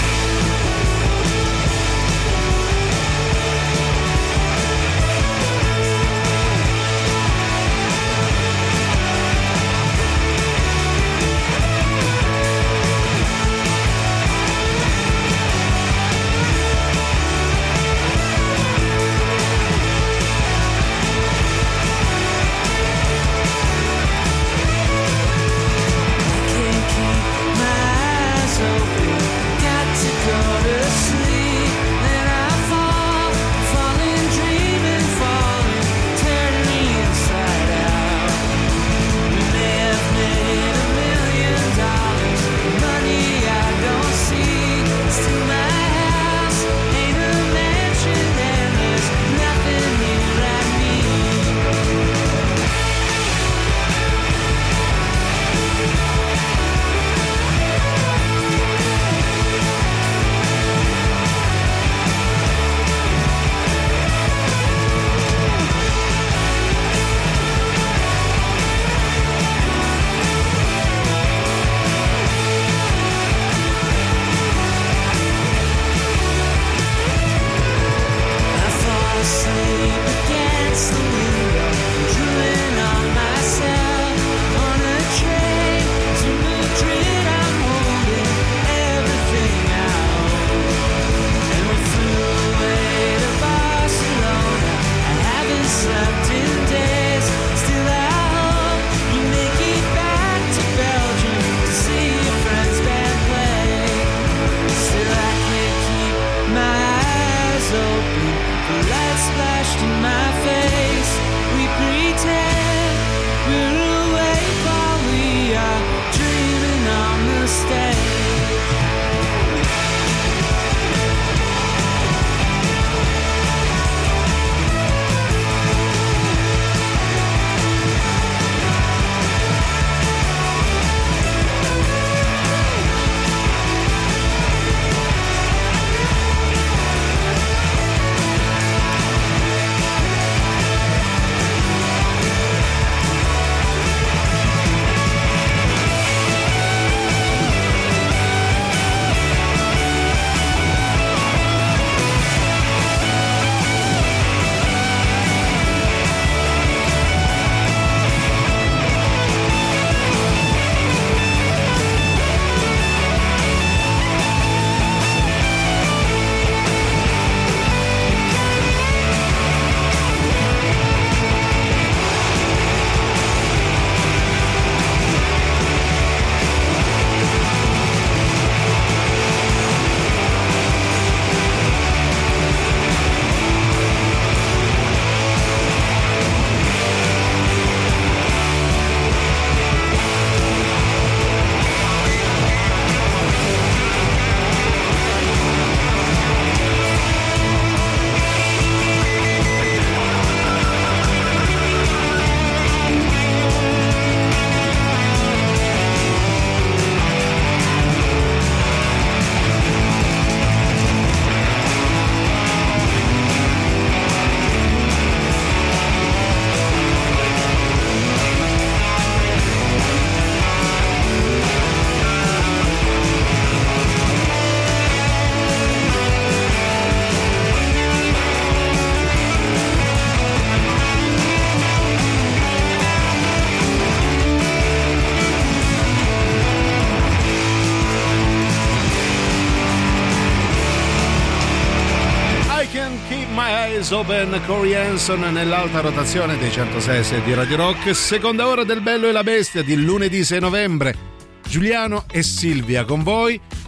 Open, Corey Hanson nell'alta rotazione dei centosei e sei di Radio Rock. Seconda ora del Bello e la Bestia di lunedì sei novembre. Giuliano e Silvia con voi.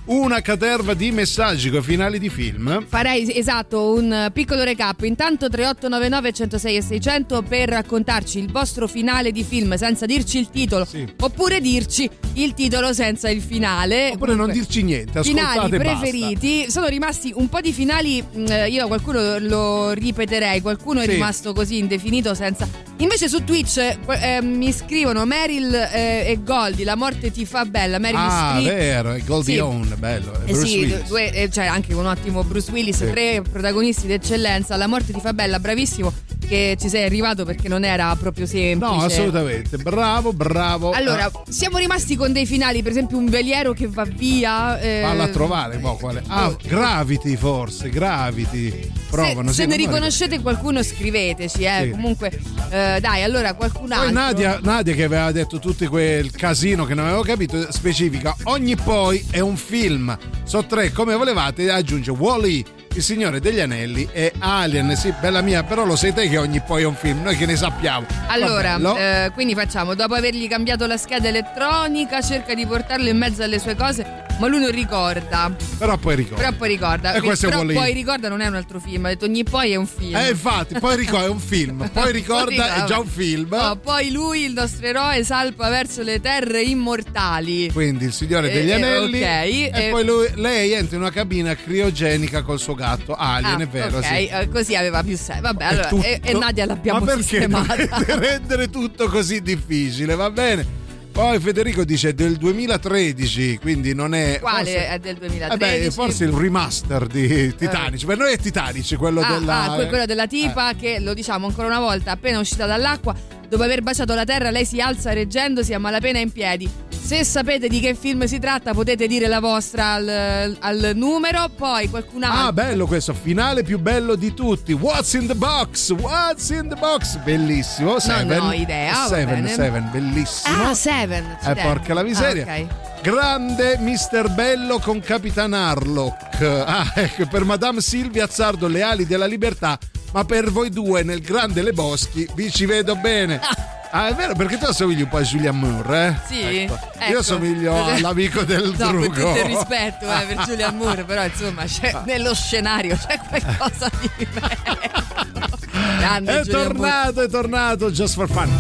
una caterva di messaggi con finali di film. Farei esatto un piccolo recap. Intanto tre otto nove nove uno zero sei e seicento per raccontarci il vostro finale di film senza dirci il titolo, sì. Oppure dirci il titolo senza il finale, oppure comunque, non dirci niente, ascoltate. Finali preferiti. Basta. Sono rimasti un po' di finali, io qualcuno lo ripeterei, qualcuno sì. È rimasto così indefinito senza. Invece su Twitch eh, mi scrivono Meryl eh, e Goldie, la morte ti fa bella. Meryl ah Streep. Vero, è Goldie sì. Hawn, bello, è eh Bruce sì, Willis. Due, eh, cioè anche un ottimo Bruce Willis, sì. Tre protagonisti d'eccellenza. La morte ti fa bella, bravissimo che ci sei arrivato perché non era proprio semplice. No, assolutamente, bravo, bravo. Allora, siamo rimasti con dei finali, per esempio un veliero che va via. Eh... Valla a trovare, boh, quale? Ah, oh. Gravity forse, Gravity. Provano, se, sì, se ne non riconoscete qualcuno scriveteci, eh. Sì. Comunque, eh, dai, allora qualcun altro. Poi Nadia, Nadia che aveva detto tutto quel casino che non avevo capito, specifica, ogni poi è un film. So tre, come volevate, aggiunge Wall-E, Il Signore degli Anelli e Alien. Sì, bella mia, però lo sai te che ogni poi è un film, noi che ne sappiamo. Allora, eh, quindi facciamo, dopo avergli cambiato la scheda elettronica, cerca di portarlo in mezzo alle sue cose, ma lui non ricorda. Però poi ricorda. Però poi ricorda. E questo però è poi ricorda non è un altro film, ha detto ogni poi è un film. Eh infatti, poi ricorda è un film, poi ricorda è già un film. No, poi lui, il nostro eroe, salpa verso le terre immortali. Quindi il Signore degli eh, Anelli. Ok. E eh, poi lui, lei entra in una cabina criogenica col suo gatto Alien, ah, è vero, ok, sì. eh, così aveva più senso. Vabbè, allora tutto... e, e Nadia l'abbiamo Ma perché sistemata. dovete rendere tutto così difficile, va bene? Poi Federico dice del duemilatredici, quindi non è. Quale forse, è del duemilatredici? Eh beh, forse il remaster di Titanic. Eh. Per noi è Titanic, quello ah, della. Ah, quello della tipa eh. che, lo diciamo ancora una volta, appena uscita dall'acqua, dopo aver baciato la terra, lei si alza reggendosi a malapena in piedi. Se sapete di che film si tratta, potete dire la vostra al, al numero. Poi qualcun altro. Ah, bello questo, finale più bello di tutti. What's in the box? What's in the box? Bellissimo. Seven. Non ho idea. Seven, Seven, bellissimo. Ah, Seven. Eh, porca la miseria. Ah, okay. Grande mister Bello con Capitan Harlock. Ah, ecco, per Madame Silvia Azzardo le ali della libertà, ma per voi due nel Grande Leboschi vi ci vedo bene. Ah, è vero, perché tu assomigli un po' a Julian Moore, eh? Sì, ecco. ecco. Io somiglio all'amico del no, Drugo. Con tutto il rispetto eh, per Julian Moore, però insomma c'è, nello scenario c'è qualcosa di diverso. Grande È Julian tornato, Moore. è tornato, just for fun.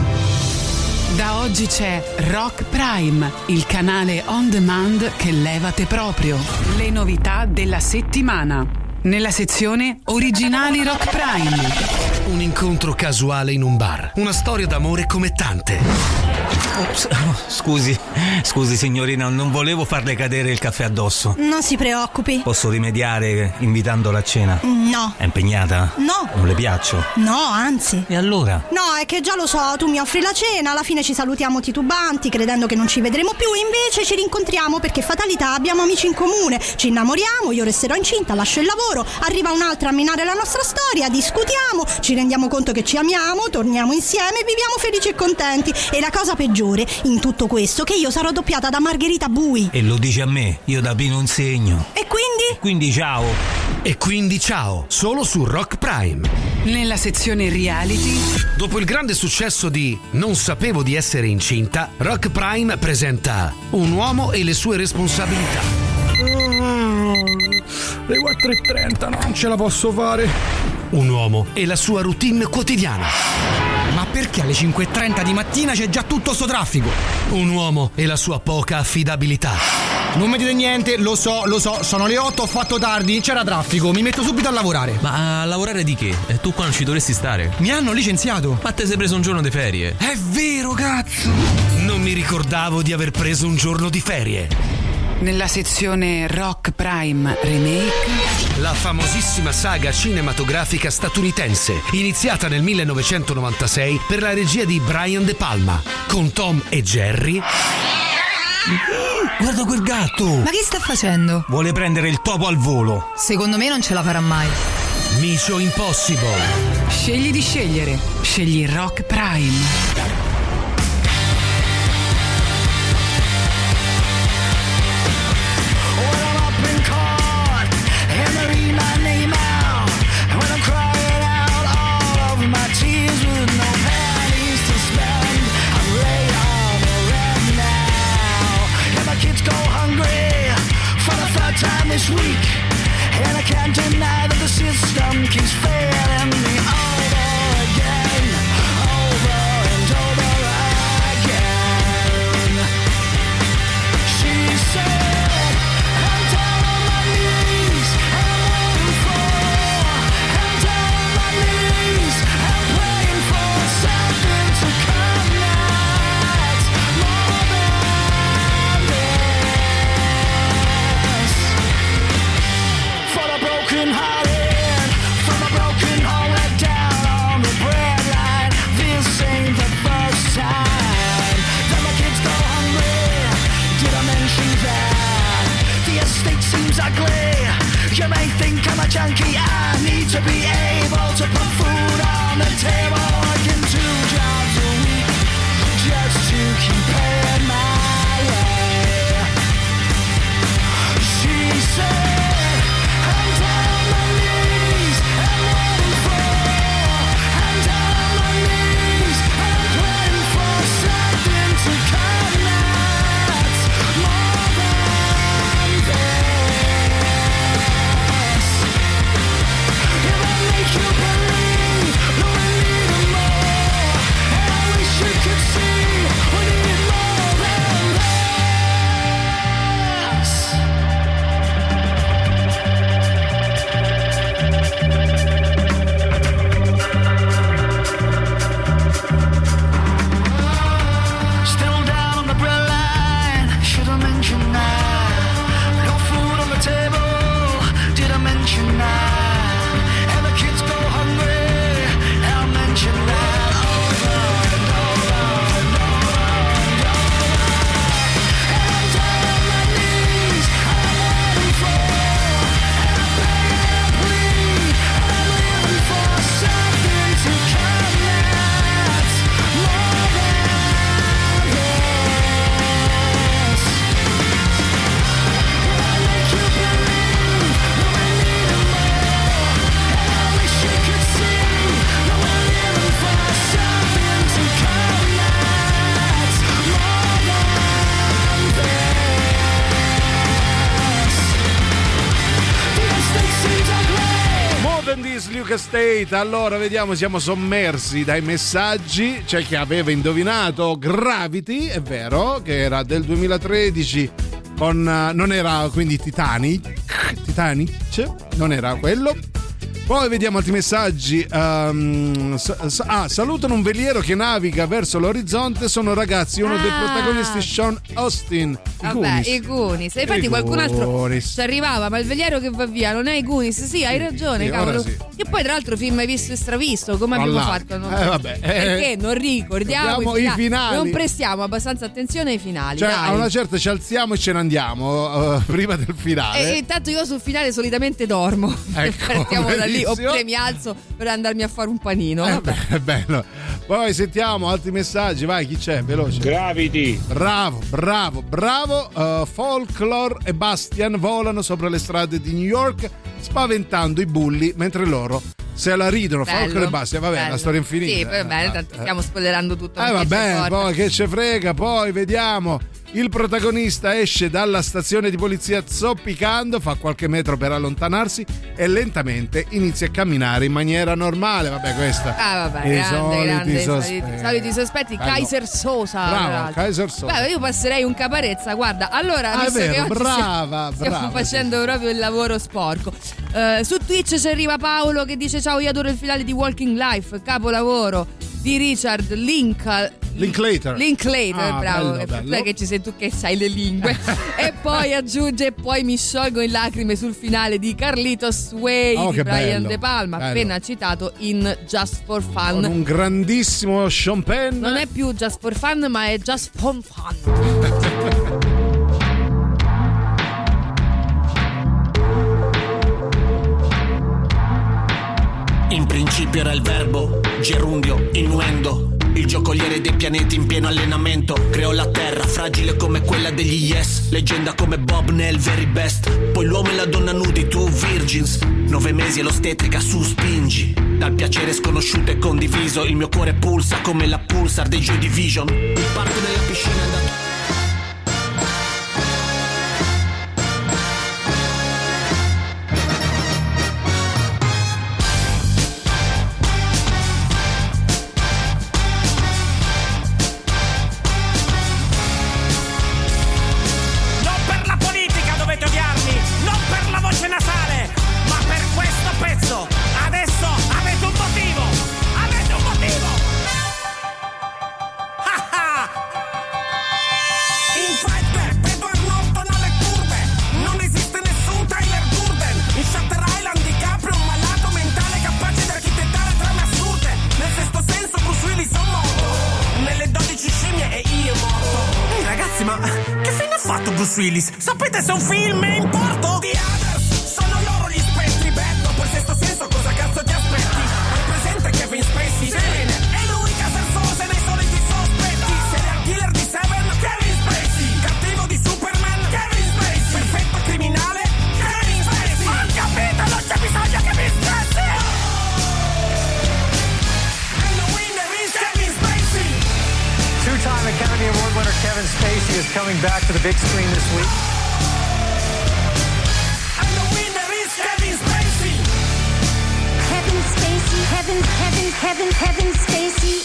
Da oggi c'è Rock Prime, il canale on demand che levate proprio. Le novità della settimana. Nella sezione Originali Rock Prime. Un incontro casuale in un bar. Una storia d'amore come tante. Ops, scusi, scusi signorina, non volevo farle cadere il caffè addosso. Non si preoccupi. Posso rimediare invitandola a cena? No. È impegnata? No. Non le piaccio? No, anzi. E allora? No, è che già lo so, tu mi offri la cena, alla fine ci salutiamo titubanti, credendo che non ci vedremo più, invece ci rincontriamo perché fatalità, abbiamo amici in comune, ci innamoriamo, io resterò incinta, lascio il lavoro, arriva un'altra a minare la nostra storia, discutiamo, ci rendiamo conto che ci amiamo, torniamo insieme e viviamo felici e contenti. E la cosa peggiore in tutto questo è che io sarò doppiata da Margherita Bui. E lo dici a me, io da Pino un segno. E quindi? Quindi ciao. E quindi ciao, solo su Rock Prime. Nella sezione reality. Dopo il grande successo di Non sapevo di essere incinta, Rock Prime presenta Un uomo e le sue responsabilità. Le quattro e trenta non ce la posso fare. Un uomo e la sua routine quotidiana. Ma perché alle cinque e trenta di mattina c'è già tutto sto traffico? Un uomo e la sua poca affidabilità. Non mi dite niente, lo so, lo so, sono le otto, ho fatto tardi, c'era traffico, mi metto subito a lavorare. Ma a lavorare di che? E tu qua non ci dovresti stare? Mi hanno licenziato. Ma te sei preso un giorno di ferie? È vero, cazzo! Non mi ricordavo di aver preso un giorno di ferie. Nella sezione Rock Prime Remake. La famosissima saga cinematografica statunitense, iniziata nel millenovecentonovantasei per la regia di Brian De Palma, con Tom e Jerry. Guarda quel gatto! Ma che sta facendo? Vuole prendere il topo al volo. Secondo me non ce la farà mai. Mission Impossible. Scegli di scegliere. Scegli Rock Prime. Duke Estate. Allora, vediamo, siamo sommersi dai messaggi. C'è chi aveva indovinato Gravity, è vero, che era del duemilatredici con uh, non era quindi Titanic, Titanic, non era quello. Poi vediamo altri messaggi. Um, sa- sa- ah, salutano un veliero che naviga verso l'orizzonte. Sono ragazzi, uno Ah. dei protagonisti, Sean Austin. I Vabbè, Goonies. i Goonies. E infatti I qualcun altro Goonies. ci arrivava, ma il veliero che va via non è i Goonies. Sì, hai ragione, sì, cavolo. ora sì. Che poi tra l'altro film hai visto e stravisto, come abbiamo Voilà. fatto? Non... Eh, vabbè, eh, Perché non ricordiamo ricordiamo i finali. Non prestiamo abbastanza attenzione ai finali. Cioè, dai. a una certa ci alziamo e ce ne andiamo uh, prima del finale. E intanto io sul finale solitamente dormo. Ecco, Partiamo da lì, benissimo. oppure mi alzo per andarmi a fare un panino. Eh, Vabbè. beh, è bello. Poi sentiamo altri messaggi. Vai, chi c'è? Veloce. Gravity. Bravo, bravo, bravo. Uh, Folklore e Bastian volano sopra le strade di New York spaventando i bulli mentre loro se la ridono. Bello, Folklore e Bastian, vabbè, bello. la storia infinita. Sì, va bene, tanto stiamo spoilerando tutto. Eh perché c'è vabbè, forte. poi che ce frega. Poi vediamo. Il protagonista esce dalla stazione di polizia zoppicando, fa qualche metro per allontanarsi e lentamente inizia a camminare in maniera normale. Vabbè, questa. Ah, vabbè, I grande, soliti grande. sospetti. Soliti, soliti sospetti. Bello. Kaiser Sosa. Bravo, tra l'altro. Kaiser Sosa. Guarda, io passerei un caparezza. Guarda, allora, Ah, è visto vero, che oggi brava, stiamo, stiamo brava, facendo proprio il lavoro sporco. Eh, su Twitch ci arriva Paolo che dice: ciao, io adoro il finale di Walking Life, capolavoro di Richard Link. Linklater. Linklater, Ah, bravo. bello, È per bello. te che ci sei tu che sai le lingue. E poi aggiunge: poi mi sciolgo in lacrime sul finale di Carlitos Way Oh, di che Brian bello, De Palma, bello. appena citato in Just for Fun. Con un grandissimo Sean Penn. Non è più Just for Fun, ma è Just for Fun. In principio era il verbo, gerundio, innuendo. Il giocoliere dei pianeti in pieno allenamento. Creò la terra, fragile come quella degli Yes. Leggenda come Bob nel Very Best. Poi l'uomo e la donna nudi, tu virgins. Nove mesi e l'ostetrica su spingi. Dal piacere sconosciuto e condiviso. Il mio cuore pulsa come la pulsar dei Joy Division. Il parco nella piscina è andato. Non per la politica dovete odiarmi, non per la voce nasale, ma per questo pezzo. Adesso avete un motivo, avete un motivo. Ah ah. In Fight Club, Edward Norton alle curve, non esiste nessun Tyler Durden. In Shutter Island DiCaprio un malato mentale capace di architettare trame assurde. Nel sesto senso Bruce Willis sono morto, nelle dodici scimmie e io morto. Ehi ragazzi, ma che fine ha fatto Bruce Willis? Sapete se un film è in porto? The Others, sono loro gli spettri. Beh, dopo il sesto senso cosa cazzo ti aspetti? Hai presente Kevin Spacey? Bene, è lui Casalfose nei soliti sospetti. Serial killer di Seven? Kevin Spacey. Cattivo di Superman? Kevin Spacey. Perfetto criminale? Kevin Spacey. Ho capito, non c'è bisogno che mi stressi. And the winner is Kevin Spacey. Two-time Academy Award winner Kevin Spacey is coming back to the big screen this week. And the winner is Kevin Spacey. Kevin Spacey, Kevin, Kevin, Kevin, Kevin Spacey.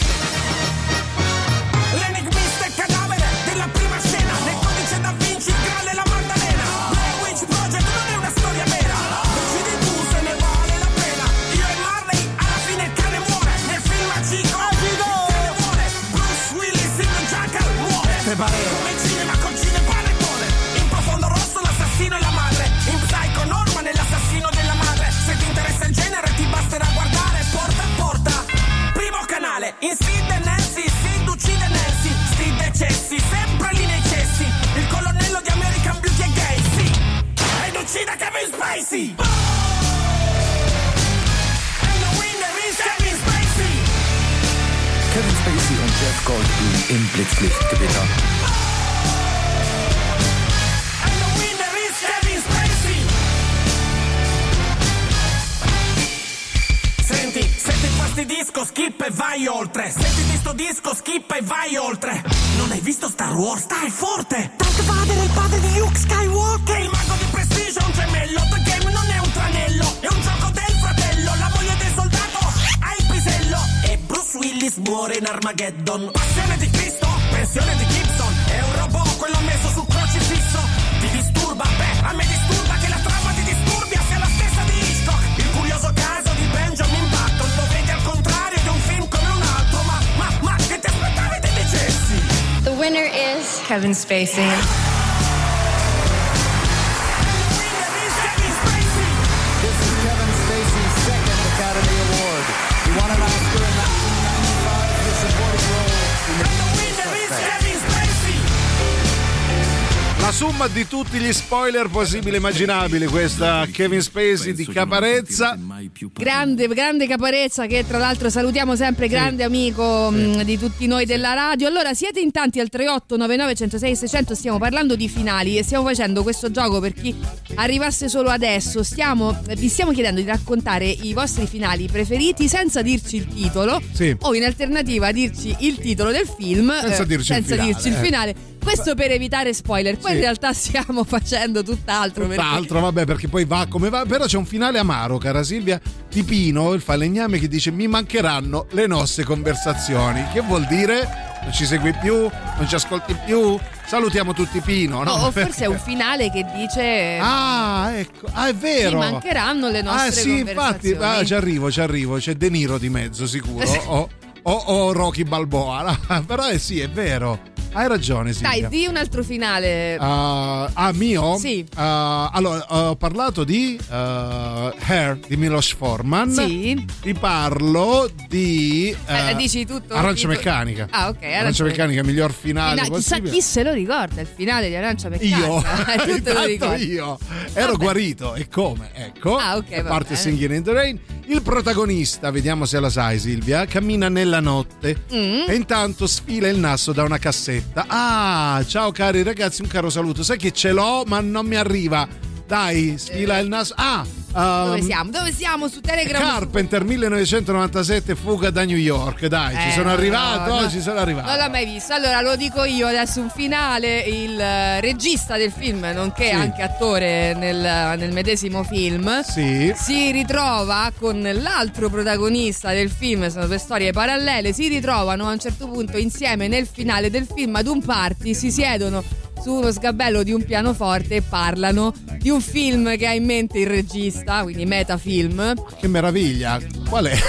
L'enigmista e cadavere della prima scena. Nel codice da Vinci, il Graal e la Maddalena. Blair Witch Project non è una storia vera. Decidi tu se ne vale la pena. Io e Marley, alla fine il cane muore. Nel film a Chico, il cane muore. Bruce Willis in The Jackal muore. Come il cinema col cinepanettone. In Profondo Rosso l'assassino e la madre. In Psycho Norman è l'assassino della madre. Se ti interessa il genere ti basterà guardare Porta a Porta. Primo canale. In Sid e Nancy, Sid uccide Nancy. Sid decessi, sempre lì nei cessi. Il colonnello di American Beauty è gay, sì. Ed uccide Kevin Spacey. And the winner is Kevin Spacey. Kevin Spacey und Jeff Goldblum im Blitzlichtgewitter. And the winner is Kevin Spacey. Senti, se ti fastidisco, skip e vai oltre. Senti di sto disco, skip e vai oltre. Non hai visto Star Wars? Stai forte. Darth Vader è il padre di Luke Skywalker. Che il mago di Prestige è un gemello. The Game non è un tranello, è un gioco del fratello. La moglie del Willis muore in Armageddon. Passione di Cristo, pensione di Gibson. È un robot quello messo sul crocifisso. Ti disturba? Beh, a me disturba che la trama di Disturbia sia la stessa di Hitchcock. Il curioso caso di Benjamin Button. Lo vedi al contrario di un film come un altro. Ma, ma, ma, che ti aspettavi te dicessi? The winner is Kevin Spacey. La somma di tutti gli spoiler possibili e immaginabili, questa Kevin Spacey di Caparezza. Grande, grande Caparezza, che tra l'altro salutiamo sempre, grande amico Sì. mh, di tutti noi della radio. Allora, siete in tanti al tre otto nove nove uno zero sei sei zero zero, stiamo parlando di finali e stiamo facendo questo gioco per chi arrivasse solo adesso. Stiamo, vi stiamo chiedendo di raccontare i vostri finali preferiti senza dirci il titolo, Sì. o in alternativa dirci il titolo del film Senza eh, dirci il senza finale, dirci il eh. finale. Questo per evitare spoiler. Poi Sì. in realtà stiamo facendo tutt'altro. perché- Tutt'altro, vabbè, perché poi va come va. Però c'è un finale amaro, cara Silvia, di Pino, il falegname, che dice: mi mancheranno le nostre conversazioni. Che vuol dire? Non ci segui più? Non ci ascolti più? Salutiamo tutti Pino, no? O o forse è un finale che dice: Ah, ecco, ah, è vero. ci mancheranno le nostre Ah, sì, infatti, conversazioni. ah, ci arrivo, ci arrivo. C'è De Niro di mezzo, sicuro. O, o, o Rocky Balboa. No, però è sì, è vero. Hai ragione, Silvia. Dai, di un altro finale. Uh, ah, mio? Sì. Uh, allora, ho parlato di uh, Hair di Milos Forman. Sì. Ti parlo di uh, Eh, dici tutto? Arancia Tutto- Meccanica. Ah, ok. Arancia Meccanica, miglior finale Fina- chissà possibile. chi se lo ricorda il finale di Arancia Meccanica. Io, Eh, tu te lo intanto ricordi. io ero Vabbè. guarito, e come? Ecco, Ah, ok, a va parte bene. Singing in the Rain. Il protagonista, vediamo se la sai Silvia, cammina nella notte Mm. e intanto sfila il naso da una cassetta. Ah, ciao cari ragazzi, un caro saluto. Sai che ce l'ho ma non mi arriva. Dai, sfila il naso. Ah, Dove um, siamo? Dove siamo? Su Telegram? Carpenter millenovecentonovantasette, fuga da New York. Dai, ci Eh, sono arrivato, no, no. ci sono arrivato. Non l'ho mai visto. Allora lo dico io adesso, un finale. Il eh, regista del film, nonché Sì. anche attore nel, nel medesimo film, Sì. si ritrova con l'altro protagonista del film. Sono due storie parallele. Si ritrovano a un certo punto insieme nel finale del film ad un party. Si siedono su uno sgabello di un pianoforte e parlano di un film che ha in mente il regista, quindi metafilm. Che meraviglia. Qual è?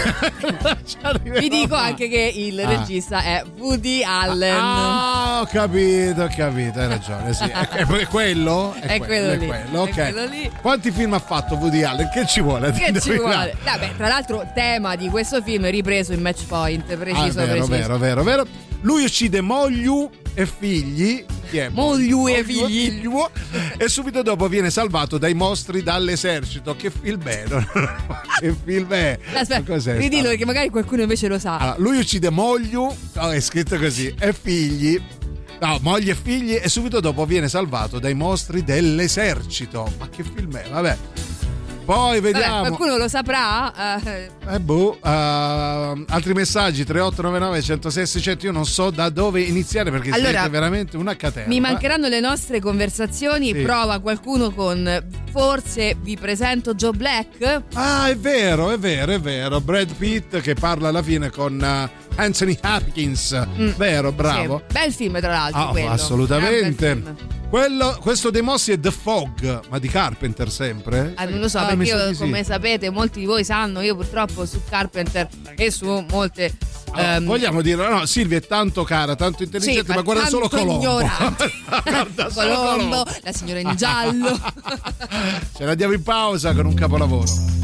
Vi dico anche che il Ah. regista è Woody Allen. Ah, ho capito, ho capito, hai ragione. Sì. È, è- è quello? È quello lì, È quello, è ok. quello lì. Quanti film ha fatto Woody Allen? Che ci vuole? Che ci Indovinare. vuole? Vabbè, tra l'altro, tema di questo film ripreso in Match Point, preciso, Ah, vero, preciso. vero, vero, vero. Lui uccide moglie e figli. Chi è? Moglie e Moglie figli. figlio, e subito dopo viene salvato dai mostri dall'esercito. Che film è? Che film è? Aspetta, Cos'è ridillo stato? perché magari qualcuno invece lo sa. Allora, lui uccide moglie, no, è scritto così, e figli. No, moglie e figli, e subito dopo viene salvato dai mostri dell'esercito. Ma che film è? Vabbè. Poi Vabbè, vediamo. qualcuno lo saprà. eh, Eh boh, uh, altri messaggi tre otto nove nove uno zero sei sei zero zero. Io non so da dove iniziare perché Allora, siete veramente una catena. mi mancheranno le nostre conversazioni. Sì. Prova qualcuno con forse vi presento Joe Black. Ah, è vero, è vero, è vero. Brad Pitt che parla alla fine con uh, Anthony Hopkins. Vero, bravo. Sì, bel film, tra l'altro. Ah, quello. Gran bel assolutamente. film. Quello, questo dei Mossi è The Fog, ma di Carpenter sempre? Ah, non lo so, Ah, mi perché sa io, di sì. come sapete, molti di voi sanno, io purtroppo su Carpenter e su molte. Ah, ehm, vogliamo dire, no, Silvia è tanto cara, tanto intelligente, Sì, ma guarda tanto solo Colombo. ignorante. Guarda solo Colombo, la signora in giallo. Ce la diamo in pausa con un capolavoro.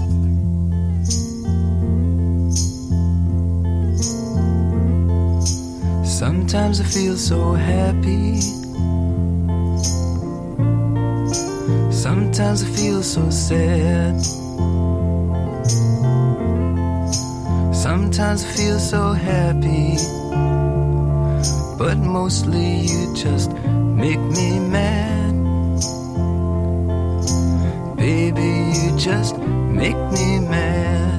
Sometimes I feel so happy. Sometimes I feel so sad. Sometimes I feel so happy. But mostly you just make me mad. Baby, you just make me mad.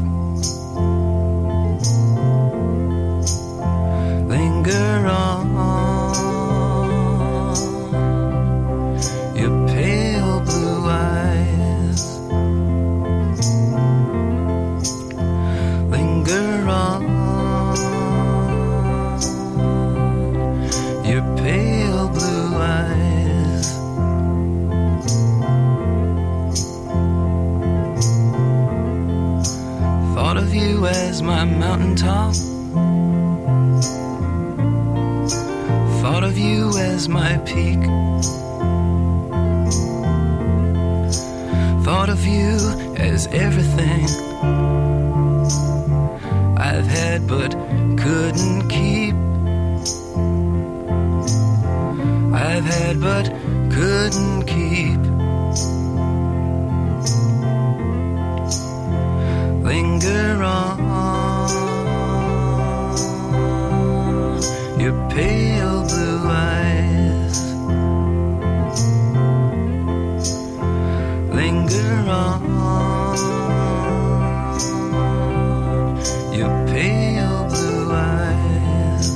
Linger on, your pale blue eyes. Linger on, mountaintop. Thought of you as my peak. Thought of you as everything I've had but couldn't keep. I've had but couldn't keep. Linger on your pale blue eyes. Linger on your pale blue eyes.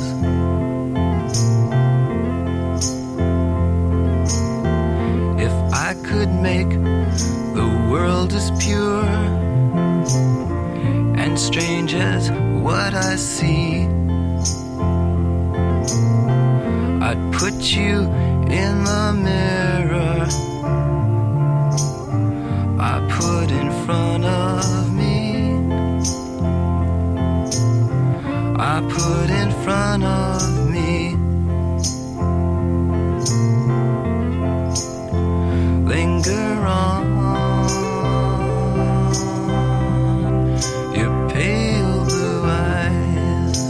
If I could make the world as pure and strange as what I see, I'd put you in the mirror I put in front of me. I put in front of me. Linger on your pale blue eyes.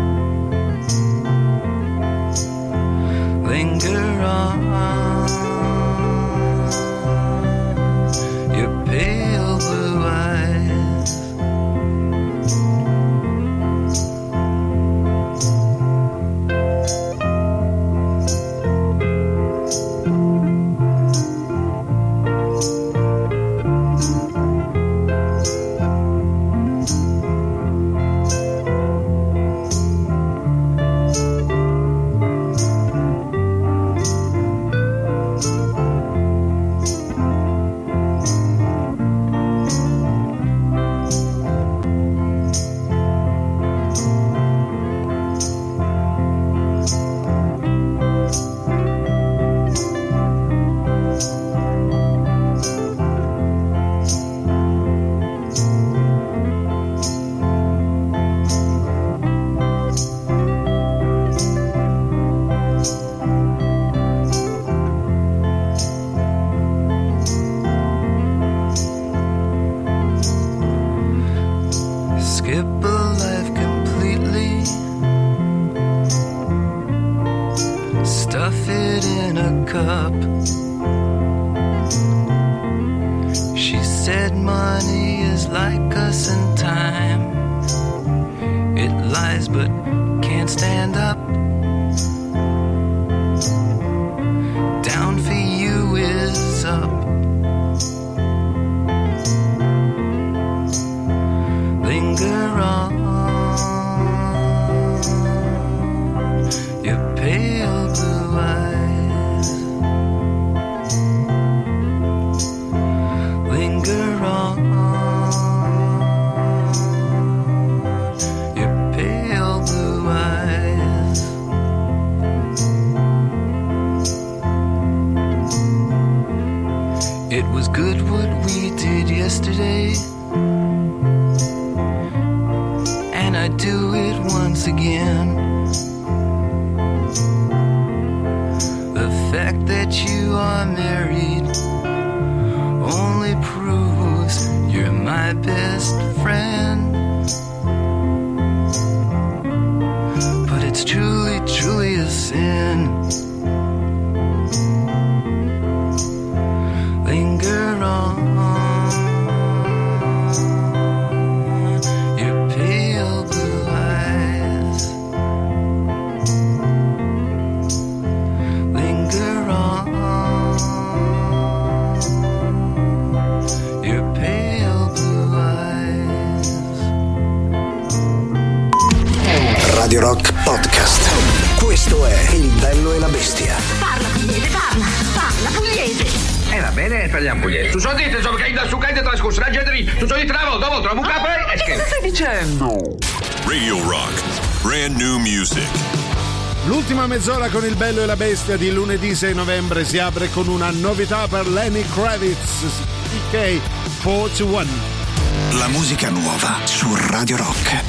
Linger on your pale blue eyes. Skip a life completely, stuff it in a cup. She said money is like us in time. It lies but can't stand up. Down for you is up. Linger on your pale blue eyes. Linger on your pale blue eyes. It was good what we did yesterday, and I'd do it once again. The fact that you are married only proves you're my best friend. But it's truly, truly a sin. Linger on your pale blue eyes. Linger on your pale blue eyes. Radio Rock Podcast. Questo è Il Bello e la Bestia. Parla pugliese, parla, parla pugliese. E eh, va bene, parliamo pugliese. Tu so dite, insomma, che da su cade trascorso la gente lì. Tu so di travo, dopo trovo un capo e che cosa stai dicendo? Radio Rock, brand new music. L'ultima mezz'ora con Il Bello e la Bestia di lunedì sei novembre si apre con una novità per Lenny Kravitz, P K quarantuno. La musica nuova su Radio Rock.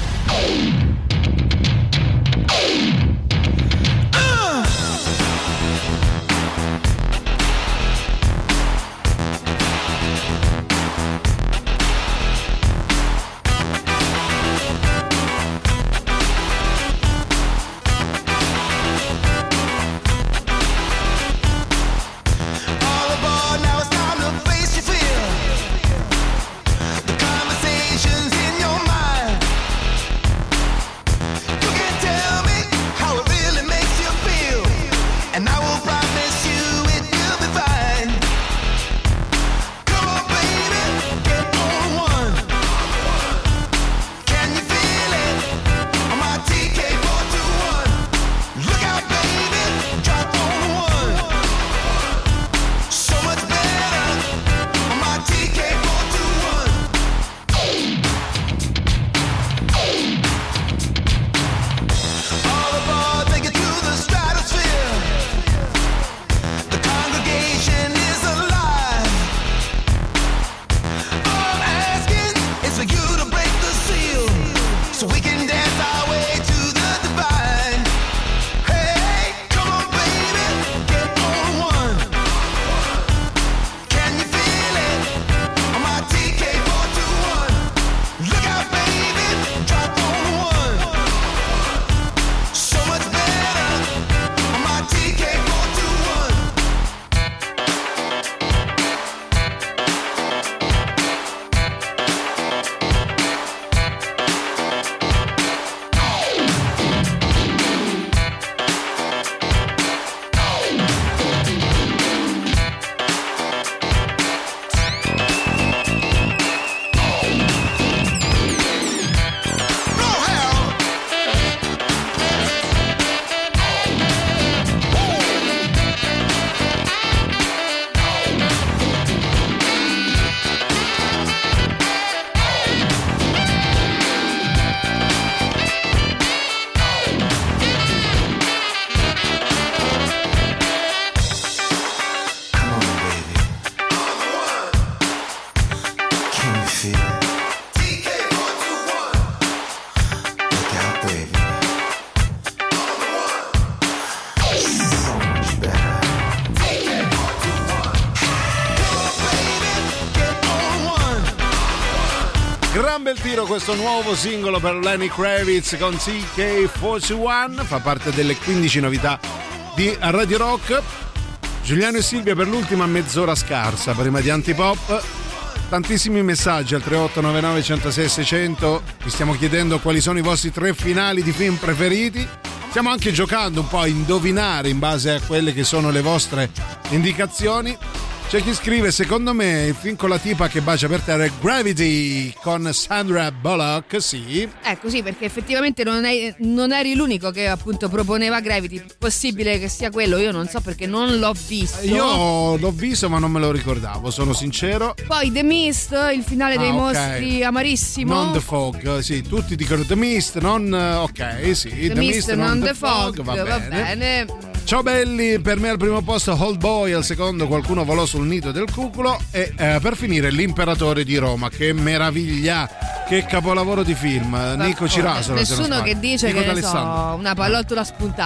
Gran bel tiro questo nuovo singolo per Lenny Kravitz con T K quarantuno, fa parte delle quindici novità di Radio Rock. Giuliano e Silvia per l'ultima mezz'ora scarsa prima di Antipop. Tantissimi messaggi al tre otto nove nove uno zero sei sei zero zero, vi stiamo chiedendo quali sono i vostri tre finali di film preferiti. Stiamo anche giocando un po' a indovinare in base a quelle che sono le vostre indicazioni. C'è chi scrive: secondo me il film con la tipa che bacia per terra è Gravity con Sandra Bullock. Sì, ecco, sì, perché effettivamente non, è, non eri l'unico che appunto proponeva Gravity. Possibile che sia quello, io non so perché non l'ho visto. Io l'ho visto ma non me lo ricordavo, sono sincero. Poi The Mist, il finale dei ah, okay. mostri, amarissimo. Non The Fog, sì, tutti dicono The Mist, non ok, sì, The, The Mist, Mist non, non The, The Fog, Fog, va, va bene. bene. Ciao belli, per me al primo posto Old Boy, al secondo Qualcuno volò sul nido del cuculo e eh, per finire L'imperatore di Roma. Che meraviglia, che capolavoro di film. Nico Cirasolo. Nessuno che dice Nico che ne so, una pallottola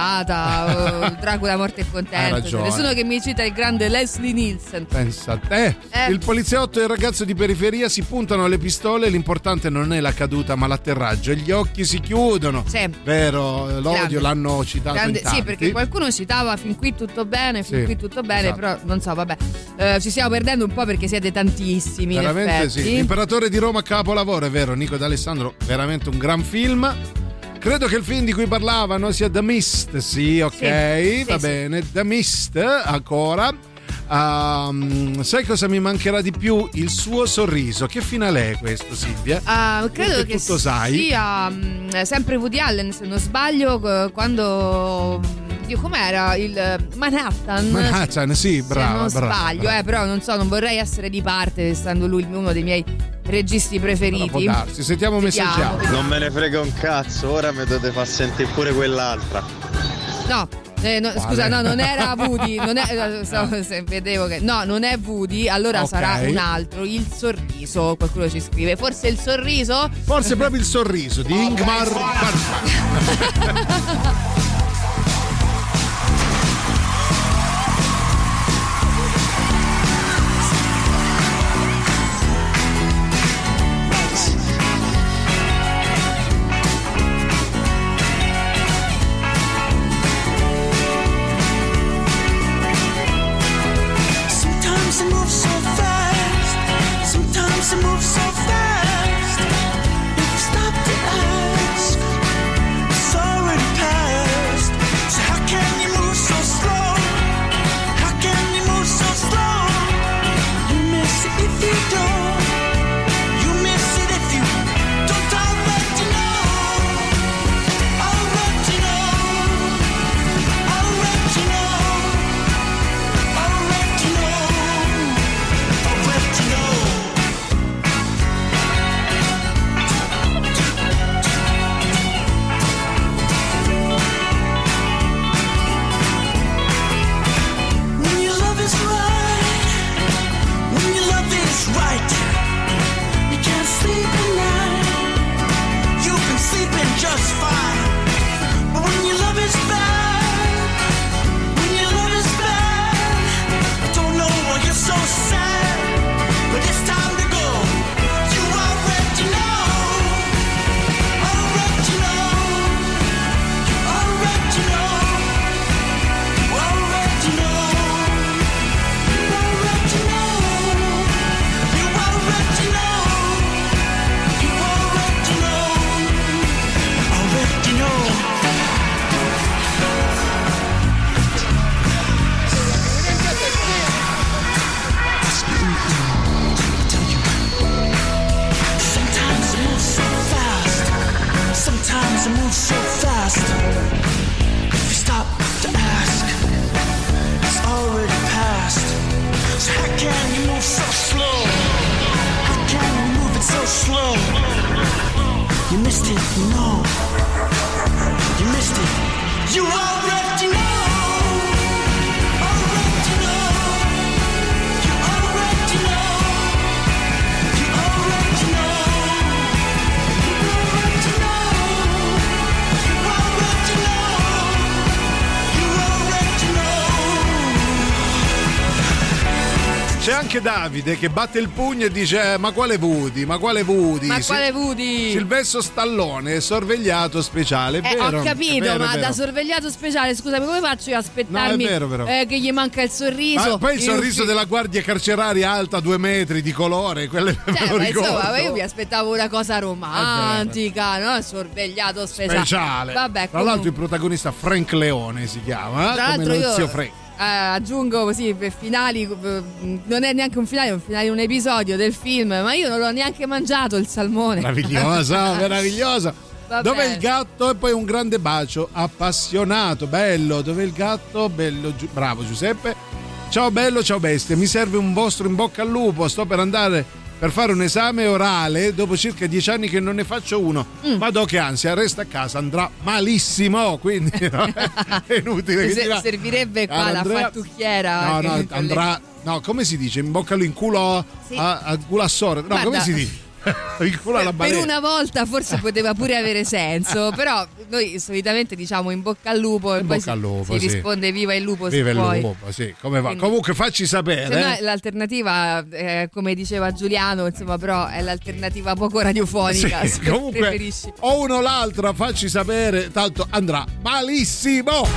spuntata, Dracula morto e contento. Nessuno che mi cita il grande Leslie Nielsen. Pensa a te. Eh. Il poliziotto e il ragazzo di periferia si puntano le pistole, l'importante non è la caduta ma l'atterraggio e gli occhi si chiudono. Sì. Vero, l'odio grande. L'hanno citato grande. in tanti. Sì, perché qualcuno citava fin qui tutto bene, fin sì, qui tutto bene, esatto. Però non so, vabbè, eh, ci stiamo perdendo un po' perché siete tantissimi. Veramente sì. L'imperatore di Roma capolavoro, è vero, Nico D'Alessandro, veramente un gran film. Credo che il film di cui parlavano sia The Mist, sì, ok, sì, va sì, bene, sì. The Mist ancora. Um, sai cosa mi mancherà di più? Il suo sorriso. Che finale è questo, Silvia? Uh, credo che, che tutto sai. sia um, sempre Woody Allen, se non sbaglio, quando Dio, com'era il Manhattan? Manhattan, sì, brava. Se non brava, sbaglio, brava. eh, però non so, non vorrei essere di parte, essendo lui uno dei miei registi preferiti. Può darsi. Sentiamo un messaggio. Non me ne frega un cazzo, ora mi dovete far sentire pure quell'altra. No. Eh, no, scusa, no, non era Woody, non è, so, se vedevo che no, non è Woody, allora Ok. sarà un altro, il sorriso, qualcuno ci scrive, forse il sorriso? Forse proprio il sorriso di Ingmar Bergman. Sometimes it moves so fast. Sometimes it moves so fast. If you stop to ask, it's already past. So how can you move so slow? How can you move so slow? You miss it if you don't. You miss it if you don't already know. Already know. Already know. Already know. Already know. When your love is right, when your love is right, you can't sleep at night. You've been sleeping just fine. But when your love is bad, when your love is bad, I don't know why you're so sad. But it's time to go. You already know. Already know. You already know. You already know. You already know. You already know. You already know. Already know. Sometimes it moves so fast. Sometimes it moves so fast. If you stop to ask, it's already past. So how can you move so slow? How can you move it so slow? You missed it, no. You missed it. You already know. Already know. You already know. You already know. You already know. You already know. You already know. C'è anche Davide che batte il pugno e dice "Eh, ma quale Woody? Ma quale Woody? Ma Sì. quale Woody? Silvestro Stallone, sorvegliato speciale, è Eh, vero? ho capito, è vero, ma è vero. da sorvegliato speciale, scusami, come faccio io a aspettarmi No, è vero, però. eh, che gli manca il sorriso? Ma poi il in sorriso uffi- della guardia carceraria alta due metri di colore, quelle me Cioè, lo ma ricordo. insomma, ma io mi aspettavo una cosa romantica, no? Sorvegliato speciale. Speciale. Vabbè, Tra l'altro comunque- il protagonista Frank Leone si chiama, eh? Tra come l'altro lo io zio Frank. eh, aggiungo così per finali, eh, non è neanche un finale, è un finale di un episodio del film, ma io non l'ho neanche mangiato il salmone. Meravigliosa, meravigliosa. Va Dov'è bene. il gatto? E poi un grande bacio appassionato, bello. Dov'è il gatto? Bello, Giu- bravo Giuseppe. Ciao bello, ciao bestia, mi serve un vostro in bocca al lupo, sto per andare per fare un esame orale dopo circa dieci anni che non ne faccio uno. Mm. Madò che ansia, resta a casa, andrà malissimo, quindi no, è inutile che Se- ti va. servirebbe qua la Andrea- fattucchiera. No, che- no, che- andrà. No, come si dice? In bocca in culo a, Sì. a, a culo a sorte. No, Guarda, come si dice? In culo alla per balena. una volta forse poteva pure avere senso, però noi solitamente diciamo in bocca al lupo e In poi bocca si, al lupo, si sì. risponde viva il lupo Viva se il puoi. lupo, sì, come va? Quindi- Comunque facci sapere. Se no, eh. l'alternativa, eh, come diceva Giuliano, insomma, però è l'alternativa poco radiofonica. Sì, se comunque preferisci. o uno o l'altra, facci sapere, tanto andrà malissimo.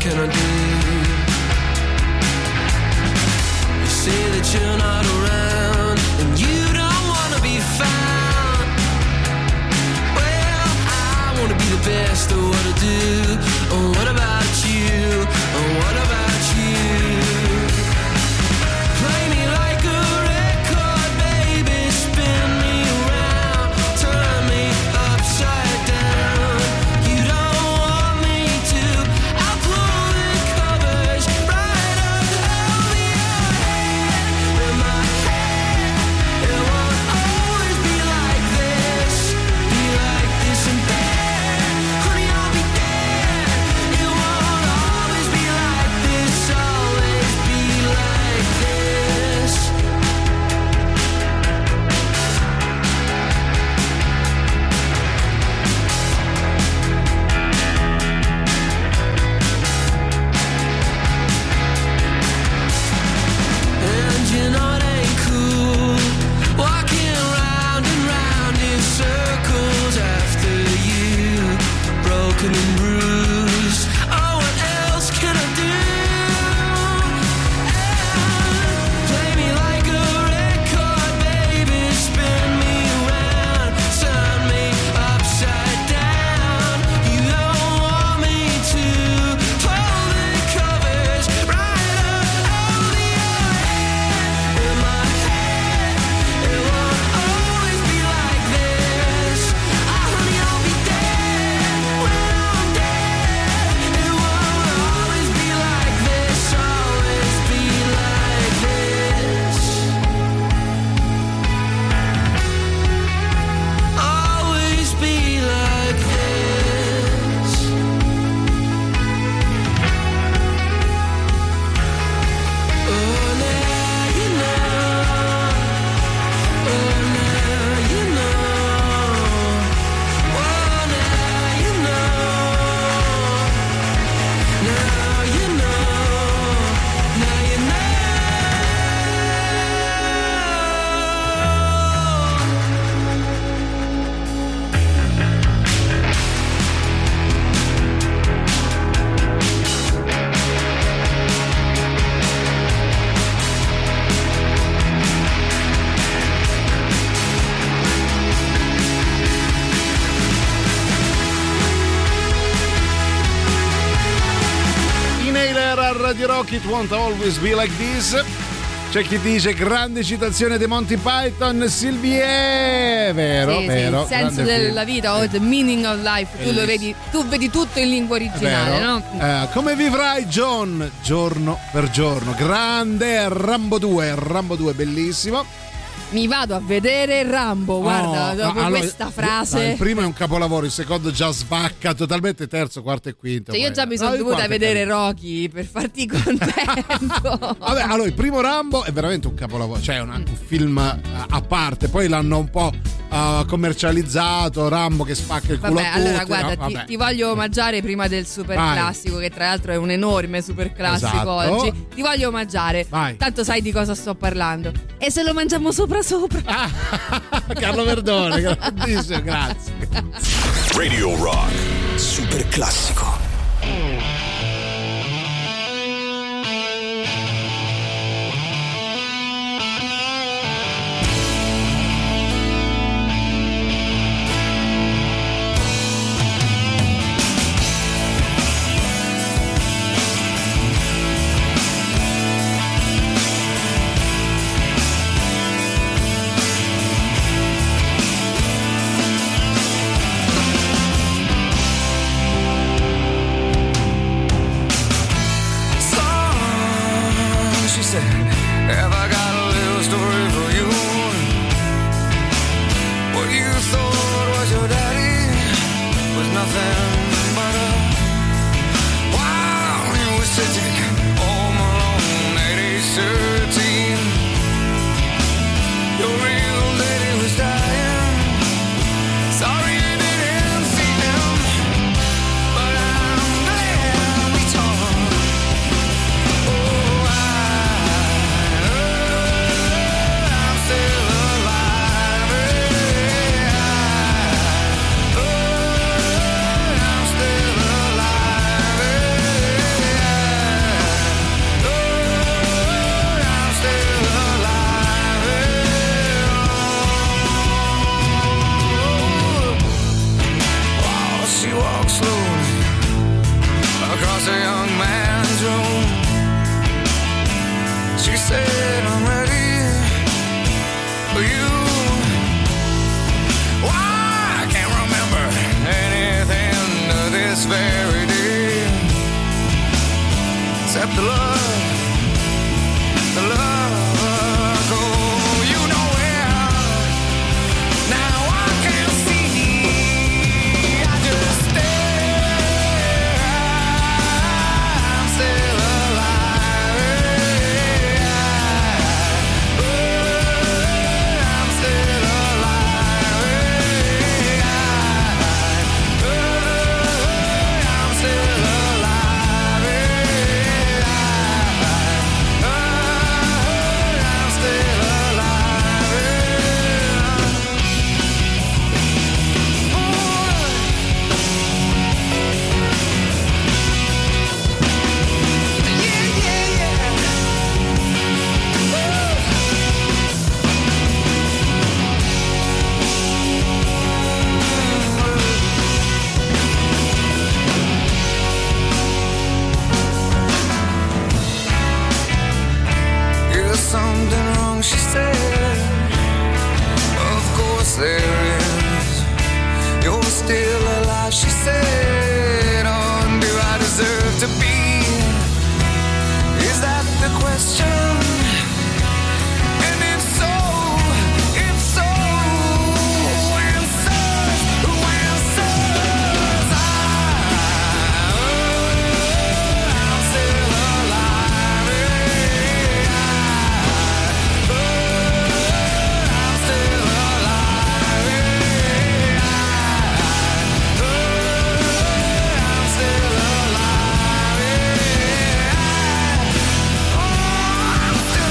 can I do? You say that you're not around and you don't wanna be found. Well, I wanna be the best of what I do. Oh, what about you? Oh, what about you? Play me like a record, baby, spin me around, turn me upside down. You don't want me to, I'll pull the covers right up over your head. In my head, it won't always be like this, be like this in bed. Honey, I'll be dead. It won't always be like this, always be like this. And you know it ain't cool walking round and round in circles after you, broken and bruised. Oh, what else can I do? Play me like a record, baby, spin me around, turn me upside down. You don't want me to pull the covers right up over your head. In my head, it won't always be like this. Ah, honey, I'll be dead when I'm dead. It won't always be like this, always be like this. Always be like this. Oh, now you know. Oh, now you know. Oh, now you know. Now you know. Now you know. Inhaler a Radio Rock, It Won't Always Be Like This. C'è chi dice grande citazione dei Monty Python, Silvie, vero, Sì, sì, vero. il senso grande della film. vita o the meaning of life, tu lo vedi, tu vedi tutto in lingua originale, Vero? no? Eh, come vivrai John giorno per giorno, grande. Rambo due, Rambo due bellissimo. Mi vado a vedere Rambo, guarda, Oh, dopo allora, questa frase. no, il primo è un capolavoro, il secondo già svacca totalmente, il terzo, quarto e quinto. Cioè, io poi- già mi No, sono il dovuta quarto è vedere carino. Rocky per farti contento. Vabbè, allora il primo Rambo è veramente un capolavoro, cioè una- un film eh, a parte, poi l'hanno un po' eh, commercializzato, Rambo che spacca il culo Vabbè, a tutti. allora guarda, no? ti, Vabbè. ti voglio omaggiare prima del super Vai. classico, che tra l'altro è un enorme super classico Esatto. oggi. Ti voglio omaggiare. Vai. Tanto sai di cosa sto parlando. E se lo mangiamo sopra sopra? Carlo Verdone, grandissimo, grazie. Radio Rock. Super classico. Thank just a young man's room. She said, I'm ready for you. Why, I can't remember anything to this very day, except the love, the love. Oh, you know where, now I can't see, I just stare, I'm still alive, I'm still alive, I'm still alive, I'm still Is something wrong, she said. Of course there is. You're still alive, she said. Oh, and do I deserve to be? Is that the question? And if so, if so, who answers? Who answers? I, I'm still alive. I'm still alive. I'm still alive. I'm still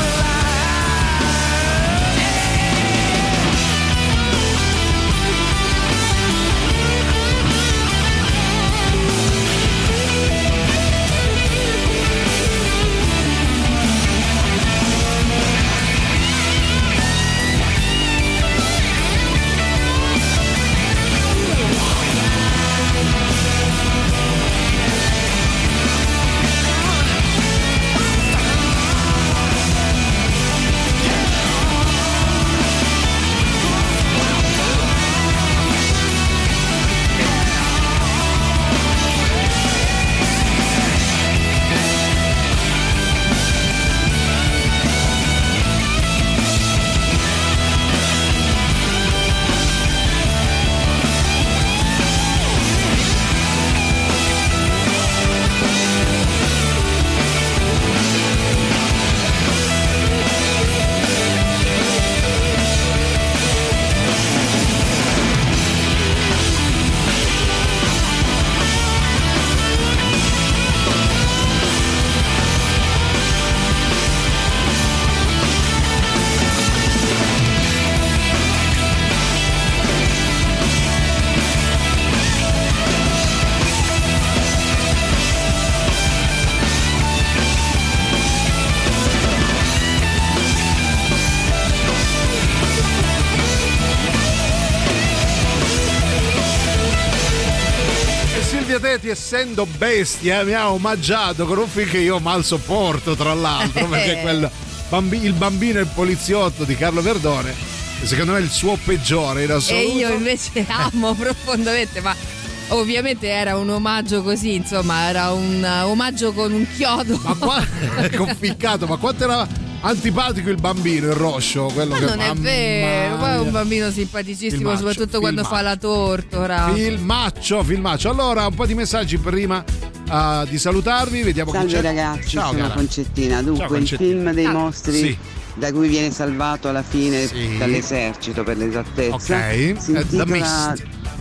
Silvia Teti, essendo bestia, mi ha omaggiato con un film che io mal sopporto, tra l'altro, perché quel bambi- il bambino e il poliziotto di Carlo Verdone, secondo me è il suo peggiore in assoluto. E io invece amo profondamente, ma ovviamente era un omaggio così, insomma, era un omaggio con un chiodo. Ma qua è conficcato, ma quanto era antipatico il bambino, il Roscio, quello ma che non è vero, poi è un bambino simpaticissimo, Filmaccio, soprattutto quando filmaccio. fa la tortora. Filmaccio, filmaccio. Allora, un po' di messaggi prima uh, di salutarvi, vediamo chi Salve c'è. ragazzi, Ciao, sono cara. Concettina. Dunque, Ciao, Concettina. il film dei Ah, mostri sì. da cui viene salvato alla fine Sì. dall'esercito, per l'esattezza, Ok, si eh, The intitola Mist.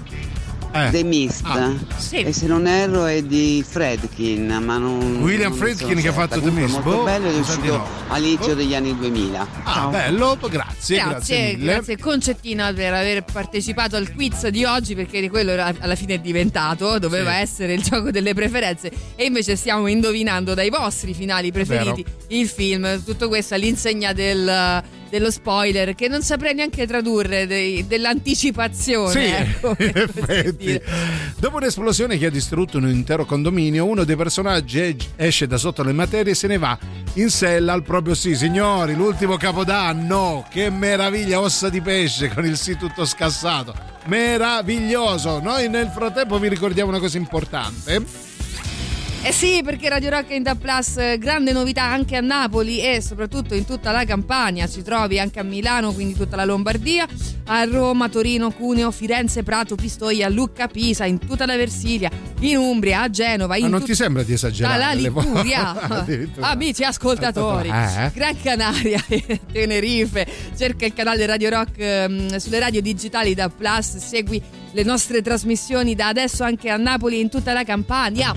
Eh. The Mist, Ah, sì. e se non erro è di Friedkin, ma non William non Friedkin sono che ha certa. fatto The Comunque Mist. molto Boh, bello, è mi sa di uscito no. all'inizio Boh. degli anni duemila. Ah, Ciao. bello, grazie, grazie, Grazie, mille. grazie Concettina per aver partecipato al quiz di oggi, perché di quello era- alla fine è diventato, doveva Sì. essere il gioco delle preferenze, e invece stiamo indovinando dai vostri finali preferiti Vero. il film. Tutto questo all'insegna del, dello spoiler, che non saprei neanche tradurre, de, dell'anticipazione. Sì, ecco, in effetti. Dopo un'esplosione che ha distrutto un intero condominio, uno dei personaggi esce da sotto le materie e se ne va in sella al proprio sì. Signori, l'ultimo capodanno, che meraviglia, ossa di pesce con il sì tutto scassato, meraviglioso. Noi nel frattempo vi ricordiamo una cosa importante. Eh sì, perché Radio Rock in Da Plus, grande novità anche a Napoli e soprattutto in tutta la Campania. Ci trovi anche a Milano, quindi tutta la Lombardia, a Roma, Torino, Cuneo, Firenze, Prato, Pistoia, Lucca, Pisa, in tutta la Versilia, in Umbria, a Genova. In Ma non tut- ti sembra di esagerare? Dalla Liguria, Addirittura. amici ascoltatori, Eh? Gran Canaria, Tenerife. Cerca il canale Radio Rock um, sulle radio digitali Da Plus, segui le nostre trasmissioni da adesso anche a Napoli e in tutta la Campania.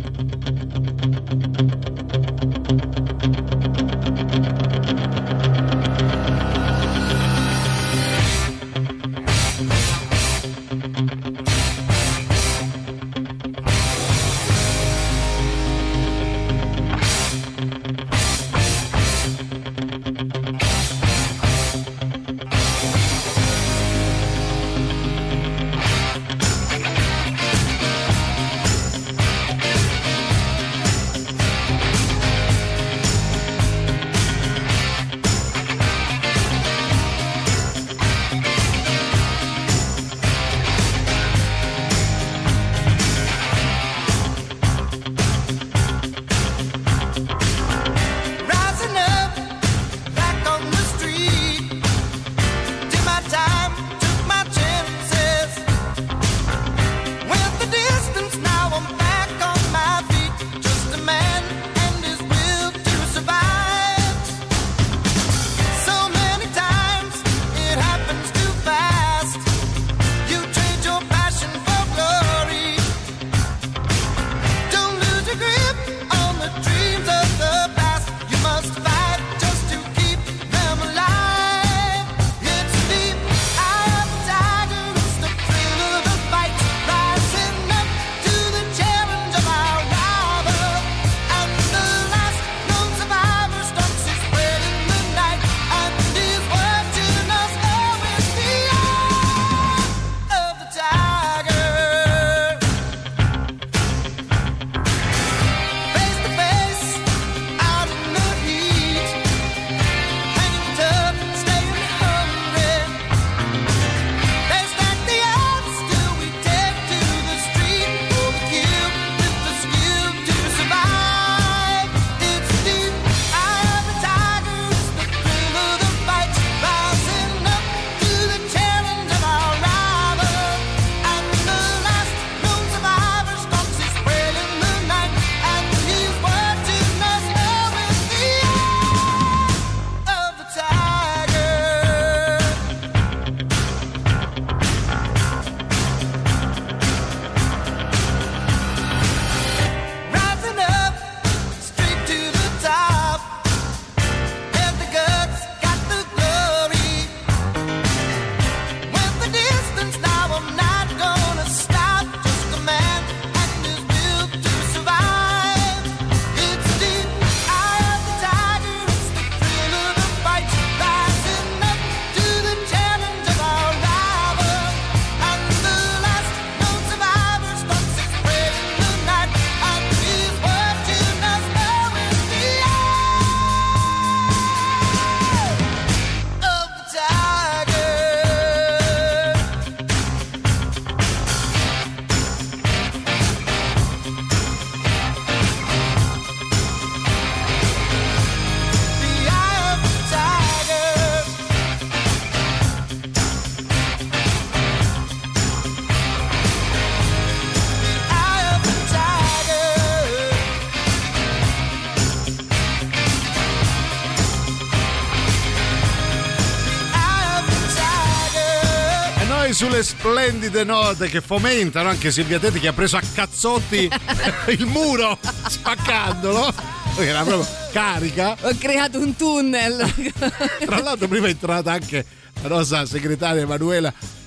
Sulle splendide note che fomentano anche Silvia Teti, che ha preso a cazzotti il muro spaccandolo, perché era proprio carica. Ho creato un tunnel. Tra l'altro prima è entrata anche la nostra segretaria Emanuela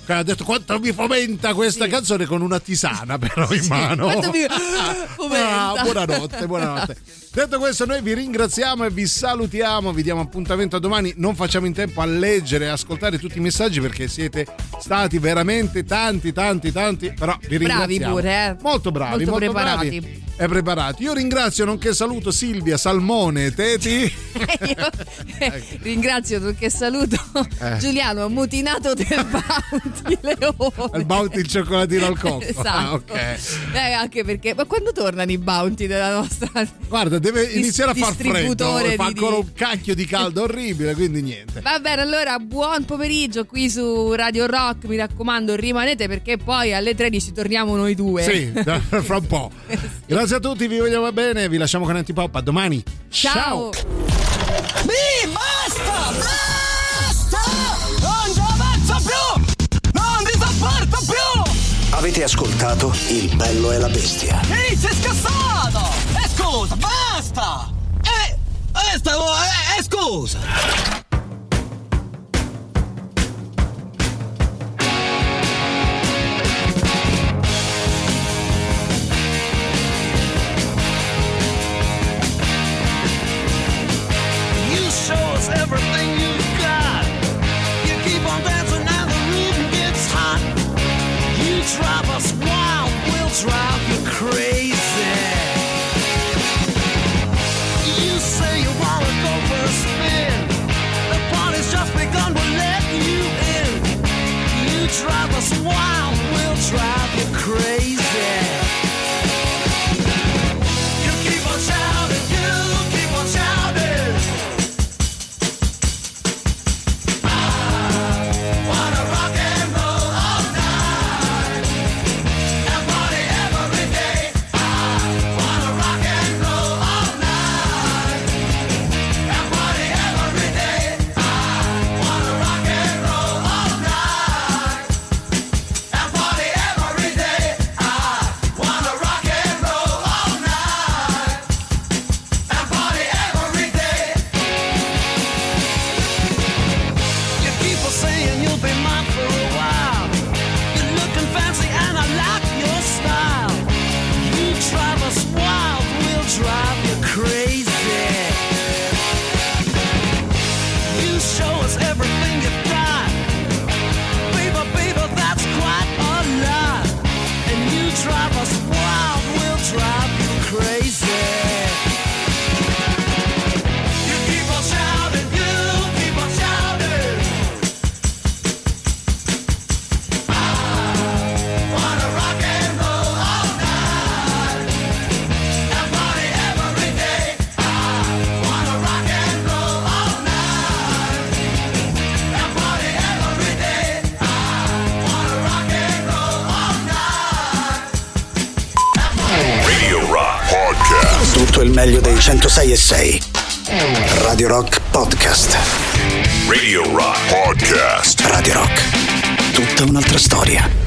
Ha detto quanto mi fomenta questa sì. canzone, con una tisana però in mano. Quanto mi fomenta. Ah, buonanotte, buonanotte. Detto questo, noi vi ringraziamo e vi salutiamo, vi diamo appuntamento a domani. Non facciamo in tempo a leggere e ascoltare tutti i messaggi perché siete stati veramente tanti, tanti, tanti. Però vi ringraziamo. Bravi pure, eh. Molto bravi, molto, molto preparati. bravi e preparati. Io ringrazio, nonché saluto Silvia, Salmone, Teti. Io ringrazio, nonché saluto eh. Giuliano, mutinato del Bounty Leone. Il Bounty, il cioccolatino al cocco. Esatto. Ah, ok. Eh, anche perché, ma quando tornano i Bounty della nostra? Guarda, deve dis- iniziare a far freddo, fa di, ancora un cacchio di caldo orribile, quindi niente. Va bene, allora buon pomeriggio qui su Radio Rock, mi raccomando rimanete perché poi alle tredici torniamo noi due. Sì, fra un po'. Grazie a tutti, vi vogliamo bene, vi lasciamo con Antipop, a domani. Ciao. Mi basta, basta, non ci avanzo più, non vi sopporto più. Avete ascoltato Il Bello e la Bestia. Ehi, sei scassato! Eh scusa, basta! Eh, eh, stavo, eh, eh scusa! You show us everything you've got. You keep on dancing and the rhythm gets hot. You drive us wild, we'll drive you crazy. You say you wanna go for a spin. The party's just begun, we'll let you in. You drive us wild, we'll drive you crazy. You keep on shouting, you keep on shouting. I wanna rock and roll all night and party every day. I wanna rock and roll all night and party every day. I wanna rock and roll all night and party every day. I wanna rock and roll all night and party every day. You keep on saying you'll be mine for a while. You're looking fancy and I like your style. You drive us wild, we'll drive you crazy. You show us everything you've got. Baby, baby, that's quite a lot. And you drive us wild, we'll drive you crazy. You keep on shouting, you keep on shouting. I wanna rock and roll all night and party every day. I wanna rock and roll all night and party every day. I wanna rock and roll all night. Radio Rock Podcast. Tutto il meglio dei centosei e sei. Radio Rock Podcast. Radio Rock Podcast. Radio Rock. Tutta un'altra storia.